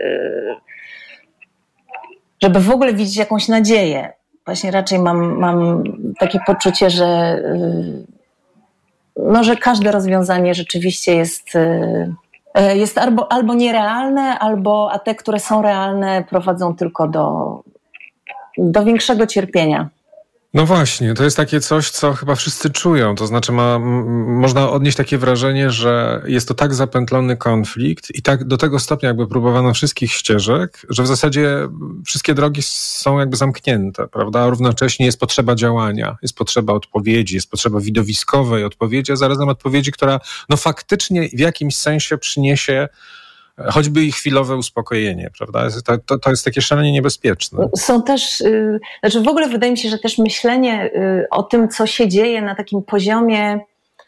H: żeby w ogóle widzieć jakąś nadzieję. Właśnie raczej mam, mam takie poczucie, że, no, że każde rozwiązanie rzeczywiście jest, jest albo, albo nierealne, albo, a te, które są realne, prowadzą tylko do, do większego cierpienia.
G: No właśnie, to jest takie coś, co chyba wszyscy czują. To znaczy ma, m- można odnieść takie wrażenie, że jest to tak zapętlony konflikt i tak do tego stopnia jakby próbowano wszystkich ścieżek, że w zasadzie wszystkie drogi są jakby zamknięte, prawda? A równocześnie jest potrzeba działania, jest potrzeba odpowiedzi, jest potrzeba widowiskowej odpowiedzi, a zarazem odpowiedzi, która no faktycznie w jakimś sensie przyniesie choćby i chwilowe uspokojenie, prawda? To, to, to jest takie szalenie niebezpieczne.
H: Są też, yy, znaczy w ogóle wydaje mi się, że też myślenie yy, o tym, co się dzieje na takim poziomie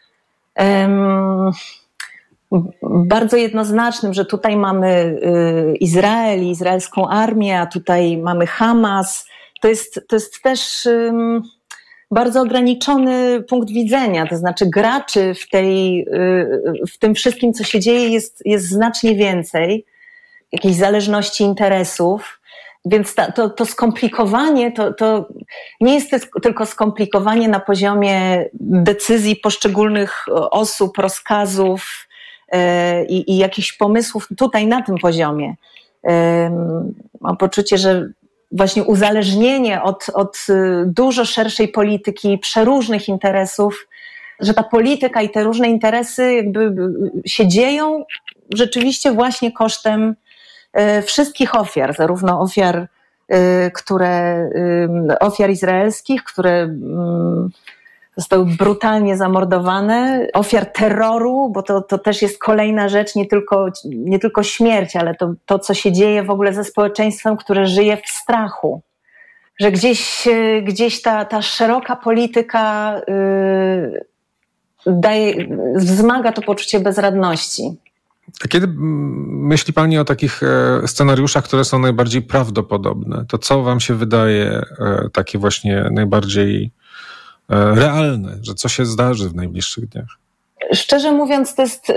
H: yy, bardzo jednoznacznym, że tutaj mamy yy, Izrael i izraelską armię, a tutaj mamy Hamas, to jest, to jest też yy, bardzo ograniczony punkt widzenia, to znaczy graczy w tej, w tym wszystkim, co się dzieje, jest, jest znacznie więcej, jakiejś zależności interesów, więc ta, to, to skomplikowanie to, to nie jest tylko skomplikowanie na poziomie decyzji poszczególnych osób, rozkazów yy, i, i jakichś pomysłów tutaj na tym poziomie. Yy, mam poczucie, że właśnie uzależnienie od, od dużo szerszej polityki, przeróżnych interesów, że ta polityka i te różne interesy jakby się dzieją rzeczywiście właśnie kosztem wszystkich ofiar, zarówno ofiar, które, ofiar izraelskich, które zostały brutalnie zamordowane, ofiar terroru, bo to, to też jest kolejna rzecz, nie tylko, nie tylko śmierć, ale to, to, co się dzieje w ogóle ze społeczeństwem, które żyje w strachu. Że gdzieś, gdzieś ta, ta szeroka polityka yy, daje, wzmaga to poczucie bezradności.
G: A kiedy myśli Pani o takich scenariuszach, które są najbardziej prawdopodobne, to co Wam się wydaje takie właśnie najbardziej realne, że co się zdarzy w najbliższych dniach?
H: Szczerze mówiąc, to jest...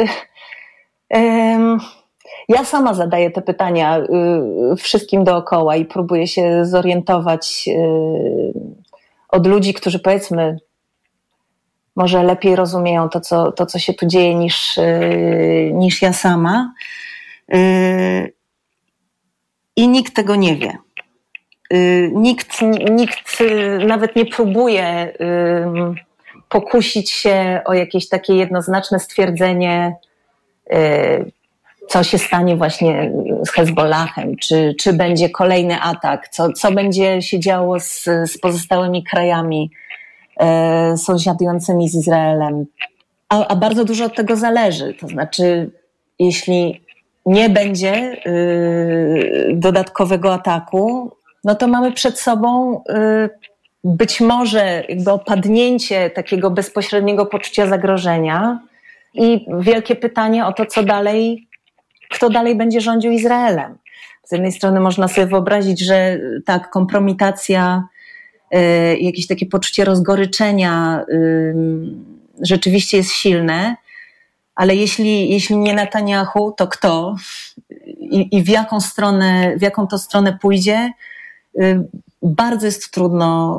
H: Um, ja sama zadaję te pytania y, wszystkim dookoła i próbuję się zorientować y, od ludzi, którzy powiedzmy może lepiej rozumieją to, co, to, co się tu dzieje niż, y, niż ja sama. Y, I nikt tego nie wie. Y, nikt, nikt y, nawet nie próbuje y, pokusić się o jakieś takie jednoznaczne stwierdzenie, y, co się stanie właśnie z Hezbollahem, czy, czy będzie kolejny atak, co, co będzie się działo z, z pozostałymi krajami e, sąsiadującymi z Izraelem. A, a bardzo dużo od tego zależy. To znaczy, jeśli nie będzie y, dodatkowego ataku, no to mamy przed sobą y, być może jakby opadnięcie takiego bezpośredniego poczucia zagrożenia i wielkie pytanie o to, co dalej, kto dalej będzie rządził Izraelem. Z jednej strony można sobie wyobrazić, że tak, kompromitacja, y, jakieś takie poczucie rozgoryczenia y, rzeczywiście jest silne, ale jeśli, jeśli nie Netanyahu, to kto? I, i w jaką stronę, w jaką to stronę pójdzie? Y, bardzo jest trudno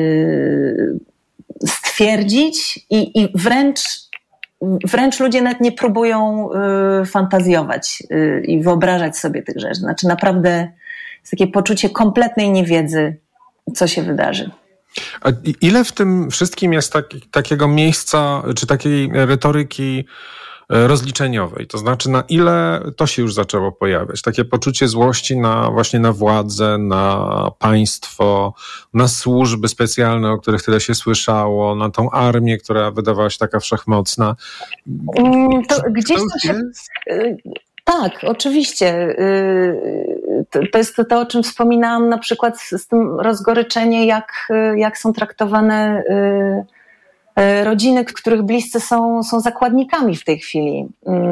H: y, stwierdzić i, i wręcz Wręcz ludzie nawet nie próbują y, fantazjować y, i wyobrażać sobie tych rzeczy. Znaczy naprawdę jest takie poczucie kompletnej niewiedzy, co się wydarzy.
G: A ile w tym wszystkim jest taki, takiego miejsca, czy takiej retoryki rozliczeniowej? To znaczy, na ile to się już zaczęło pojawiać? Takie poczucie złości na właśnie na władzę, na państwo, na służby specjalne, o których tyle się słyszało, na tą armię, która wydawała się taka wszechmocna.
H: To gdzieś to się... Tak, oczywiście. To jest to, o czym wspominałam na przykład z tym rozgoryczeniem, jak, jak są traktowane rodziny, których bliscy są, są zakładnikami w tej chwili.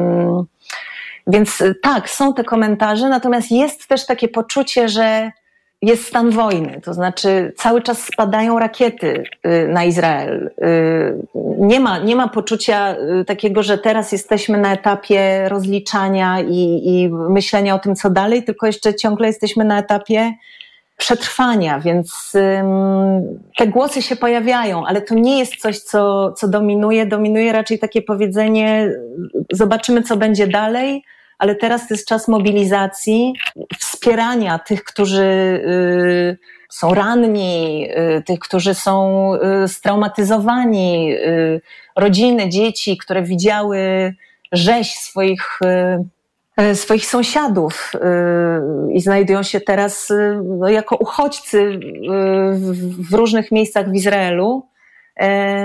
H: Więc tak, są te komentarze, natomiast jest też takie poczucie, że jest stan wojny, to znaczy cały czas spadają rakiety na Izrael. Nie ma, nie ma poczucia takiego, że teraz jesteśmy na etapie rozliczania i, i myślenia o tym, co dalej, tylko jeszcze ciągle jesteśmy na etapie przetrwania, więc ym, te głosy się pojawiają, ale to nie jest coś, co, co dominuje. Dominuje raczej takie powiedzenie, zobaczymy, co będzie dalej, ale teraz to jest czas mobilizacji, wspierania tych, którzy y, są ranni, y, tych, którzy są y, straumatyzowani, y, rodziny, dzieci, które widziały rzeź swoich y, swoich sąsiadów y, i znajdują się teraz y, no, jako uchodźcy y, w, w różnych miejscach w Izraelu. Y,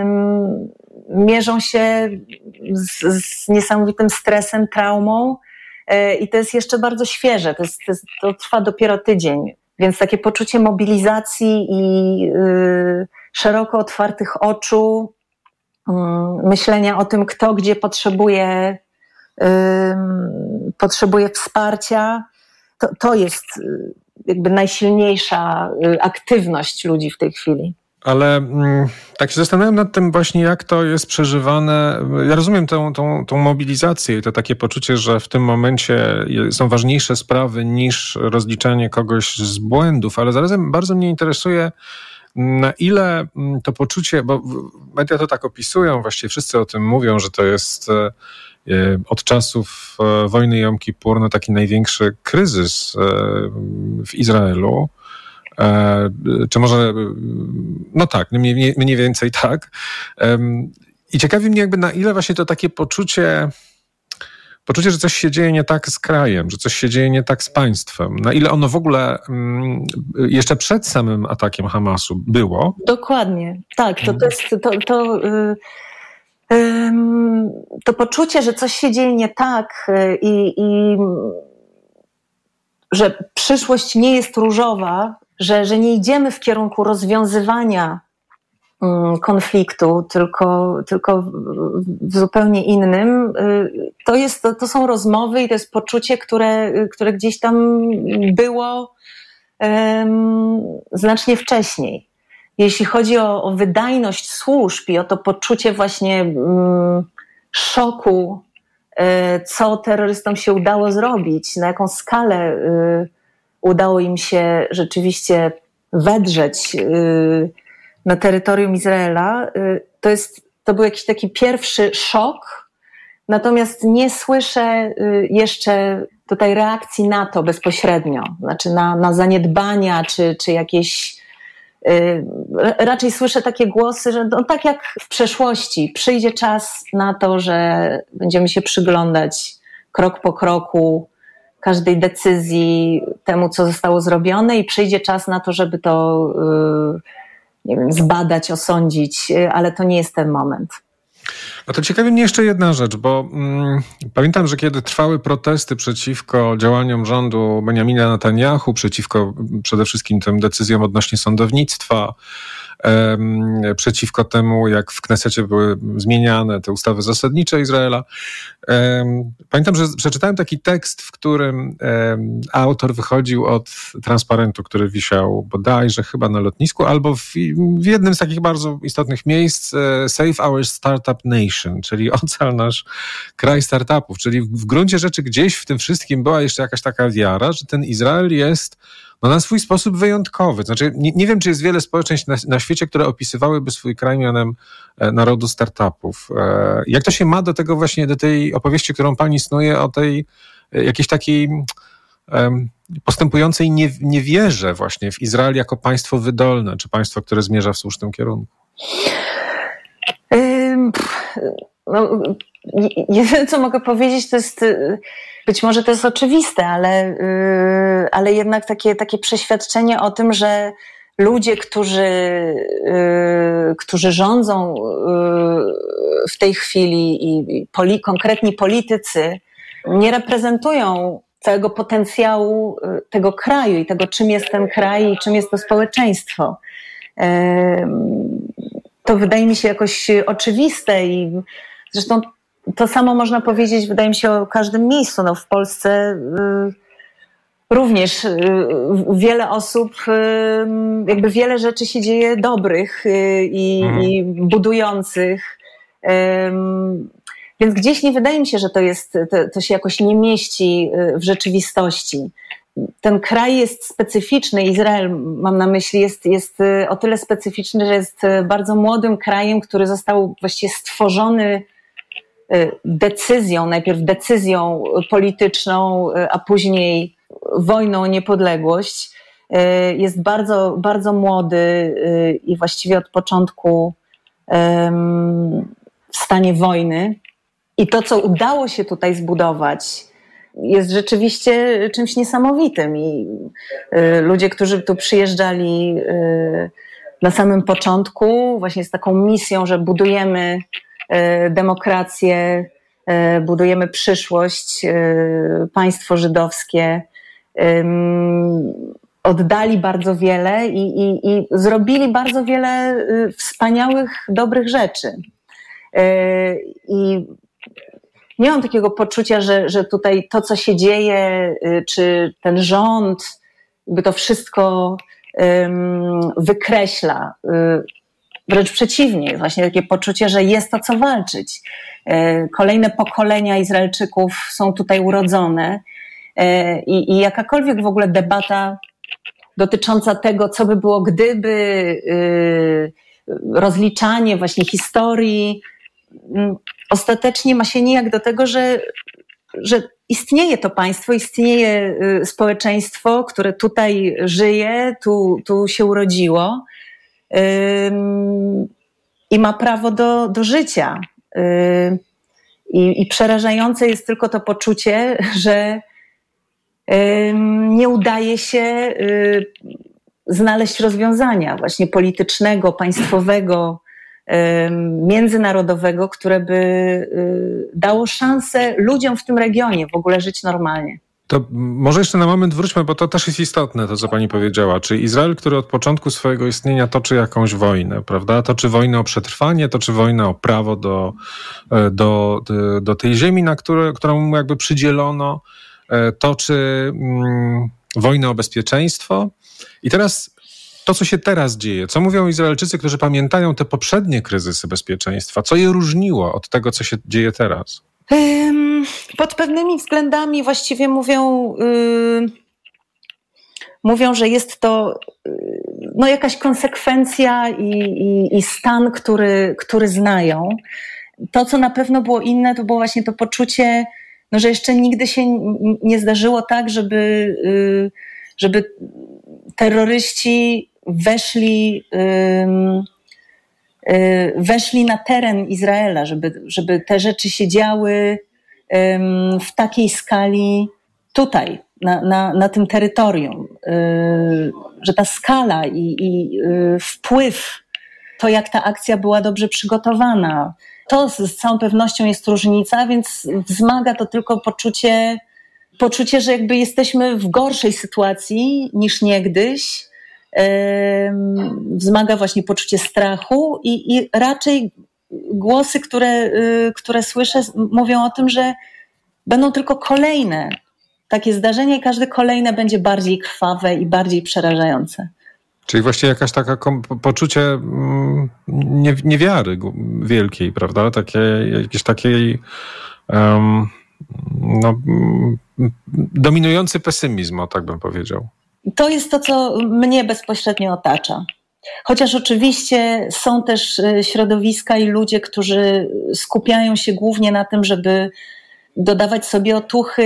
H: mierzą się z, z niesamowitym stresem, traumą y, i to jest jeszcze bardzo świeże. To, jest, to, jest, to trwa dopiero tydzień. Więc takie poczucie mobilizacji i y, szeroko otwartych oczu, y, myślenia o tym, kto gdzie potrzebuje potrzebuje wsparcia, to, to jest jakby najsilniejsza aktywność ludzi w tej chwili.
G: Ale mm, tak się zastanawiam nad tym właśnie, jak to jest przeżywane. Ja rozumiem tą, tą, tą mobilizację i to takie poczucie, że w tym momencie są ważniejsze sprawy niż rozliczanie kogoś z błędów, ale zarazem bardzo mnie interesuje, na ile to poczucie, bo media to tak opisują, właściwie wszyscy o tym mówią, że to jest od czasów wojny Jom Kippur no taki największy kryzys w Izraelu. Czy może, no tak, mniej, mniej więcej tak. I ciekawi mnie jakby na ile właśnie to takie poczucie poczucie, że coś się dzieje nie tak z krajem, że coś się dzieje nie tak z państwem. Na ile ono w ogóle mm, jeszcze przed samym atakiem Hamasu było?
H: Dokładnie, tak. To, to jest to, to, yy, yy, to poczucie, że coś się dzieje nie tak i, i że przyszłość nie jest różowa, że, że nie idziemy w kierunku rozwiązywania konfliktu, tylko, tylko w zupełnie innym. To, jest, to, to są rozmowy i to jest poczucie, które, które gdzieś tam było um, znacznie wcześniej. Jeśli chodzi o, o wydajność służb i o to poczucie właśnie um, szoku, co terrorystom się udało zrobić, na jaką skalę y, udało im się rzeczywiście wedrzeć y, na terytorium Izraela, y, to jest, to był jakiś taki pierwszy szok, natomiast nie słyszę y, jeszcze tutaj reakcji na to bezpośrednio, znaczy na, na zaniedbania czy, czy jakieś raczej słyszę takie głosy, że no, tak jak w przeszłości, przyjdzie czas na to, że będziemy się przyglądać krok po kroku każdej decyzji, temu, co zostało zrobione i przyjdzie czas na to, żeby to nie wiem, zbadać, osądzić, ale to nie jest ten moment.
G: A to ciekawi mnie jeszcze jedna rzecz, bo mm, pamiętam, że kiedy trwały protesty przeciwko działaniom rządu Benjamina Netanyahu, przeciwko przede wszystkim tym decyzjom odnośnie sądownictwa, em, przeciwko temu, jak w Knesecie były zmieniane te ustawy zasadnicze Izraela. Em, pamiętam, że przeczytałem taki tekst, w którym em, autor wychodził od transparentu, który wisiał bodajże chyba na lotnisku, albo w, w jednym z takich bardzo istotnych miejsc, e, Save Our Startup Nation, czyli ocal nasz kraj startupów, czyli w gruncie rzeczy gdzieś w tym wszystkim była jeszcze jakaś taka wiara, że ten Izrael jest no, na swój sposób wyjątkowy. Znaczy, nie, nie wiem, czy jest wiele społeczeństw na, na świecie, które opisywałyby swój kraj mianem e, narodu startupów. E, jak to się ma do tego właśnie, do tej opowieści, którą pani snuje o tej e, jakiejś takiej e, postępującej nie, niewierze właśnie w Izrael jako państwo wydolne, czy państwo, które zmierza w słusznym kierunku?
H: No, jedyne, co mogę powiedzieć, to jest, być może to jest oczywiste, ale, ale jednak takie, takie przeświadczenie o tym, że ludzie, którzy, którzy rządzą w tej chwili i poli, konkretni politycy nie reprezentują całego potencjału tego kraju i tego, czym jest ten kraj i czym jest to społeczeństwo. To wydaje mi się jakoś oczywiste i zresztą to samo można powiedzieć, wydaje mi się, o każdym miejscu. No, w Polsce y, również y, wiele osób, y, jakby wiele rzeczy się dzieje dobrych y, i, mhm. i budujących. Y, więc gdzieś nie wydaje mi się, że to jest, to, to się jakoś nie mieści w rzeczywistości. Ten kraj jest specyficzny, Izrael, mam na myśli, jest, jest o tyle specyficzny, że jest bardzo młodym krajem, który został właściwie stworzony decyzją, najpierw decyzją polityczną, a później wojną o niepodległość. Jest bardzo, bardzo młody i właściwie od początku w stanie wojny. I to, co udało się tutaj zbudować, jest rzeczywiście czymś niesamowitym i y, ludzie, którzy tu przyjeżdżali y, na samym początku właśnie z taką misją, że budujemy y, demokrację, y, budujemy przyszłość, y, państwo żydowskie, y, oddali bardzo wiele i, i, i zrobili bardzo wiele y, wspaniałych, dobrych rzeczy. Y, I nie mam takiego poczucia, że, że tutaj to, co się dzieje, czy ten rząd, by to wszystko um, wykreśla. Wręcz przeciwnie, jest właśnie takie poczucie, że jest o co walczyć. Kolejne pokolenia Izraelczyków są tutaj urodzone i, i jakakolwiek w ogóle debata dotycząca tego, co by było gdyby, rozliczanie właśnie historii, ostatecznie ma się nijak do tego, że, że istnieje to państwo, istnieje społeczeństwo, które tutaj żyje, tu, tu się urodziło ym, i ma prawo do, do życia. Ym, I, i przerażające jest tylko to poczucie, że ym, nie udaje się y, znaleźć rozwiązania właśnie politycznego, państwowego, ym, międzynarodowego, które by y, dało szansę ludziom w tym regionie w ogóle żyć normalnie.
G: To może jeszcze na moment wróćmy, bo to też jest istotne, to co pani powiedziała. Czy Izrael, który od początku swojego istnienia toczy jakąś wojnę, prawda? Toczy wojnę o przetrwanie, toczy wojnę o prawo do, do, do, do tej ziemi, na które, którą mu jakby przydzielono, toczy mm, wojnę o bezpieczeństwo. I teraz to, co się teraz dzieje, co mówią Izraelczycy, którzy pamiętają te poprzednie kryzysy bezpieczeństwa, co je różniło od tego, co się dzieje teraz?
H: Pod pewnymi względami właściwie mówią, yy, mówią, że jest to yy, no jakaś konsekwencja i, i, i stan, który, który znają. To, co na pewno było inne, to było właśnie to poczucie, no, że jeszcze nigdy się nie zdarzyło tak, żeby, yy, żeby terroryści weszli yy, weszli na teren Izraela, żeby, żeby te rzeczy się działy w takiej skali tutaj, na, na, na tym terytorium. Że ta skala i, i wpływ, to jak ta akcja była dobrze przygotowana, to z całą pewnością jest różnica, więc wzmaga to tylko poczucie, poczucie, że jakby jesteśmy w gorszej sytuacji niż niegdyś. Wzmaga właśnie poczucie strachu i, i raczej głosy, które, które słyszę, mówią o tym, że będą tylko kolejne takie zdarzenia i każde kolejne będzie bardziej krwawe i bardziej przerażające.
G: Czyli właściwie jakaś taka kom- poczucie nie- niewiary wielkiej, prawda? Takie, jakiejś takiej um, no, dominujący pesymizm, o tak bym powiedział.
H: To jest to, co mnie bezpośrednio otacza. Chociaż oczywiście są też środowiska i ludzie, którzy skupiają się głównie na tym, żeby dodawać sobie otuchy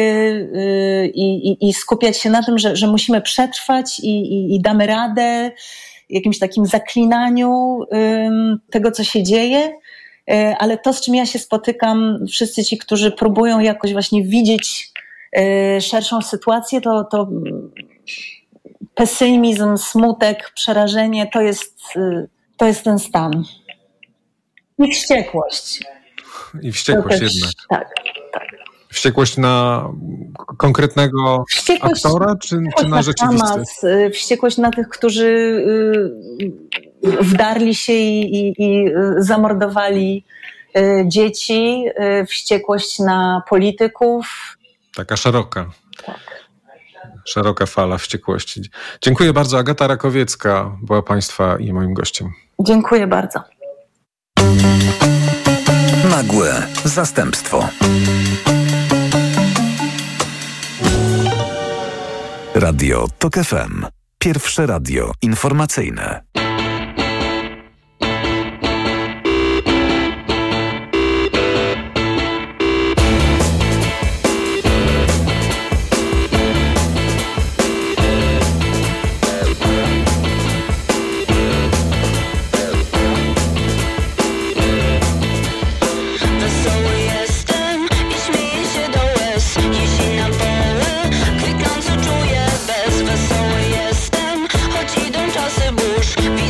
H: i, i, i skupiać się na tym, że, że musimy przetrwać i, i, i damy radę, jakimś takim zaklinaniu tego, co się dzieje. Ale to, z czym ja się spotykam, wszyscy ci, którzy próbują jakoś właśnie widzieć szerszą sytuację, to, to pesymizm, smutek, przerażenie, to jest, to jest ten stan. I wściekłość.
G: I wściekłość też, jednak.
H: Tak, tak.
G: Wściekłość na konkretnego wściekłość, aktora, czy, czy na rzeczywistość?
H: Wściekłość na tych, którzy wdarli się i, i, i zamordowali dzieci. Wściekłość na polityków.
G: Taka szeroka.
H: Tak.
G: Szeroka fala wściekłości. Dziękuję bardzo. Agata Rakowiecka była Państwa i moim gościem.
H: Dziękuję bardzo.
C: Nagłe zastępstwo. Radio TOK F M. Pierwsze radio informacyjne.
I: Wesoły jestem, choć idą czasy burz.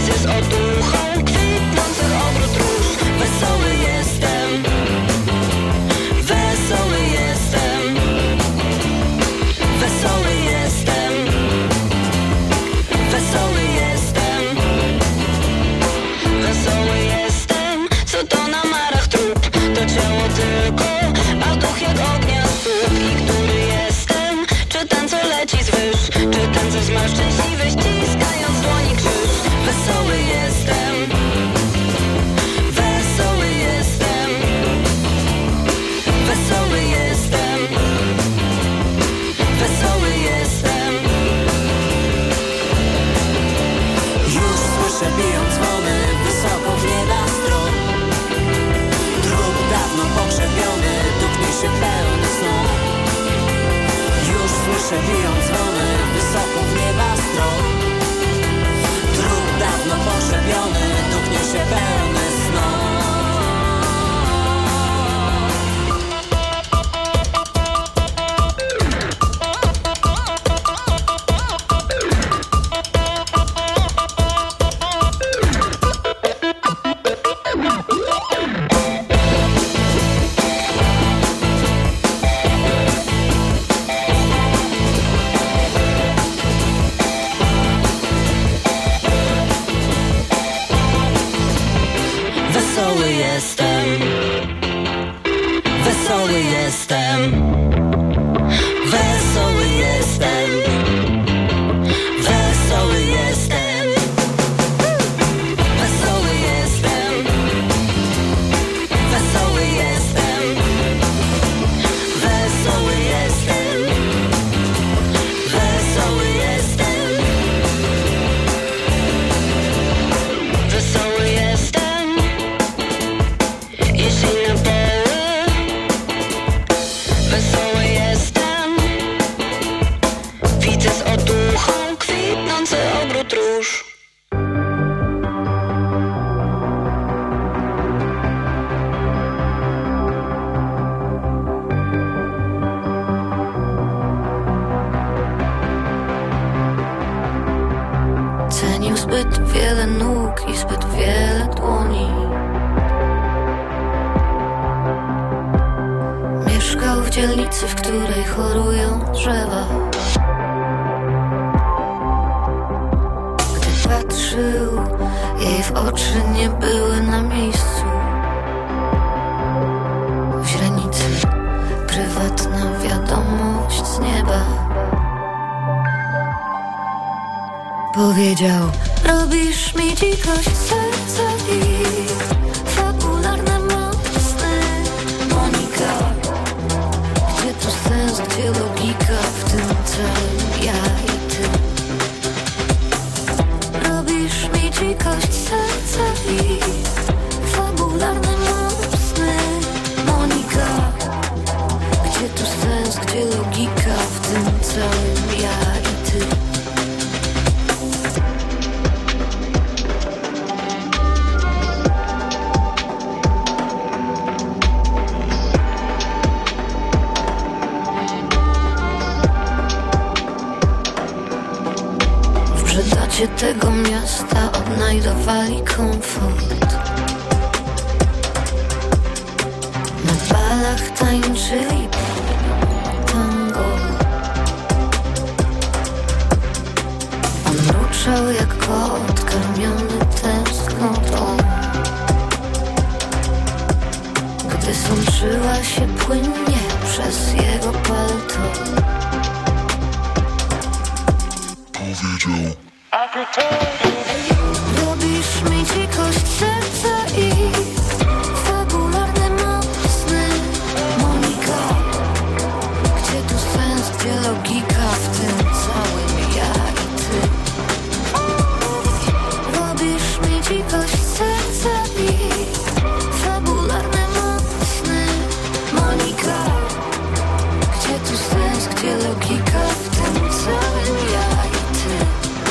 I: jestem, wesoły jestem, wesoły jestem, wesoły jestem, wesoły jestem, wesoły jestem, wesoły jestem, wesoły jestem, wesoły jestem, jeśli na poły, wesoły jestem, widzę z otuchą kwitnący ogród róż. Cenił zbyt wiele nóg i zbyt wiele dłoni. Mieszkał w dzielnicy, w której chorują drzewa. Gdy patrzył, jej w oczy nie były na miejscu. W źrenicy prywatna wiadomość z nieba. Powiedział: robisz mi dzikość serca i fabularne mocne. Monika, gdzie tu sens, gdzie logika w tym całym ja i ty? Robisz mi dzikość serca i fabularne mocne. Monika, gdzie tu sens, gdzie logika w tym całym ja i ty? W tego miasta odnajdowali komfort. Na balach tańczyli tango. On mruczał jak kot karmiony tęsknotą. Gdy sączyła się płynnie przez jego palto, powiedział: robisz mi dzikość serca i fabularne mocne. Monika, gdzie tu sens, gdzie logika w tym całym ja i ty? Robisz mi dzikość serca i fabularne mocne. Monika, gdzie tu sens, gdzie logika w tym całym ja i ty?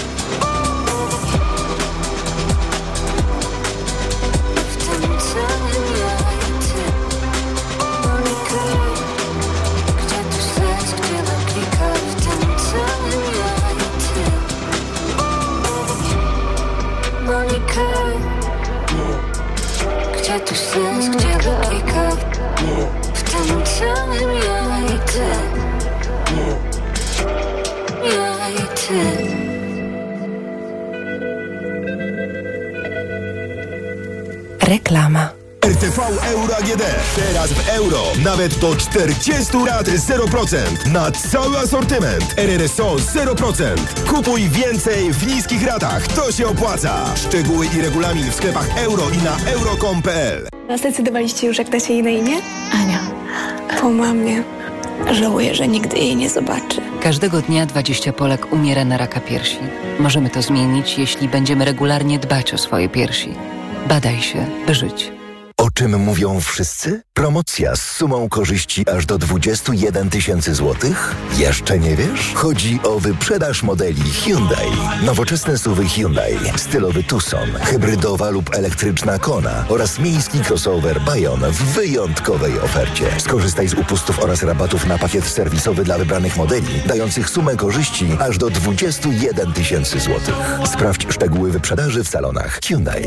I: Gdzie tu sens, gdzie logika w tym całym ja i ty? Ja i ty.
J: Reklama.
K: R T V Euro A G D. Teraz w euro. Nawet do czterdzieści rat zero procent. Na cały asortyment. R R S O zero procent. Kupuj więcej w niskich ratach. To się opłaca. Szczegóły i regulamin w sklepach euro i na euro kropka com kropka p l.
L: A zdecydowaliście już, jak dacie jej na imię? Ania. Po mamie. Żałuję, że nigdy jej nie zobaczy.
J: Każdego dnia dwadzieścia Polek umiera na raka piersi. Możemy to zmienić, jeśli będziemy regularnie dbać o swoje piersi. Badaj się, by żyć.
M: O czym mówią wszyscy? Promocja z sumą korzyści aż do dwadzieścia jeden tysięcy złotych? Jeszcze nie wiesz? Chodzi o wyprzedaż modeli Hyundai. Nowoczesne suwy Hyundai, stylowy Tucson, hybrydowa lub elektryczna Kona oraz miejski crossover Bayon w wyjątkowej ofercie. Skorzystaj z upustów oraz rabatów na pakiet serwisowy dla wybranych modeli, dających sumę korzyści aż do dwadzieścia jeden tysięcy złotych. Sprawdź szczegóły wyprzedaży w salonach Hyundai.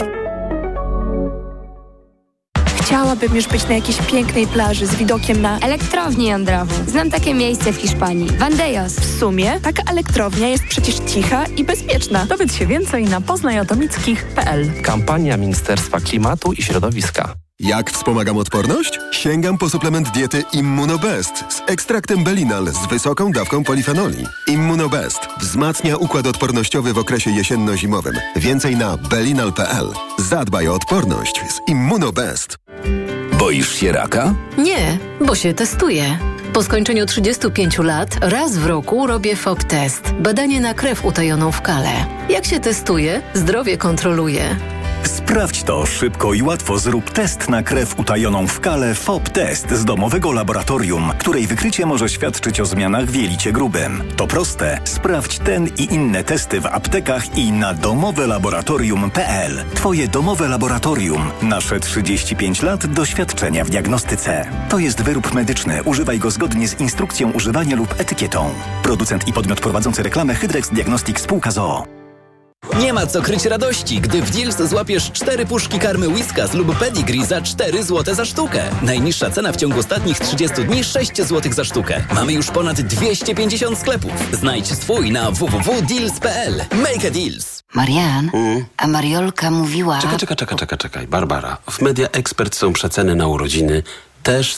L: Chciałabym już być na jakiejś pięknej plaży z widokiem na
N: elektrownię jądrową. Znam takie miejsce w Hiszpanii. Vandellós.
L: W sumie taka elektrownia jest przecież cicha i bezpieczna.
O: Dowiedz się więcej na poznajotomickich kropka p l.
P: Kampania Ministerstwa Klimatu i Środowiska.
K: Jak wspomagam odporność? Sięgam po suplement diety Immunobest z ekstraktem Belinal z wysoką dawką polifenoli. Immunobest wzmacnia układ odpornościowy w okresie jesienno-zimowym. Więcej na belinal kropka p l. Zadbaj o odporność z Immunobest.
O: Boisz się raka?
P: Nie, bo się testuję. Po skończeniu trzydziestu pięciu lat raz w roku robię F O B test. Badanie na krew utajoną w kale. Jak się testuję, zdrowie kontroluję.
O: Sprawdź to szybko i łatwo. Zrób test na krew utajoną w kale F O B Test z domowego laboratorium, której wykrycie może świadczyć o zmianach w jelicie grubym. To proste. Sprawdź ten i inne testy w aptekach i na domowe laboratorium kropka p l. Twoje domowe laboratorium. Nasze trzydzieści pięć lat doświadczenia w diagnostyce. To jest wyrób medyczny. Używaj go zgodnie z instrukcją używania lub etykietą. Producent i podmiot prowadzący reklamę Hydrex Diagnostics Spółka z o o.
Q: Nie ma co kryć radości, gdy w Deals złapiesz cztery puszki karmy Whiskas lub Pedigree za cztery złote za sztukę. Najniższa cena w ciągu ostatnich trzydziestu dni sześć złotych za sztukę. Mamy już ponad dwieście pięćdziesiąt sklepów. Znajdź swój na w w w kropka deals kropka p l. Make a deals.
R: Marian, mm. a Mariolka mówiła...
S: Czekaj, czekaj, czekaj, czekaj, czekaj. Barbara, w Media Expert są przeceny na urodziny. Też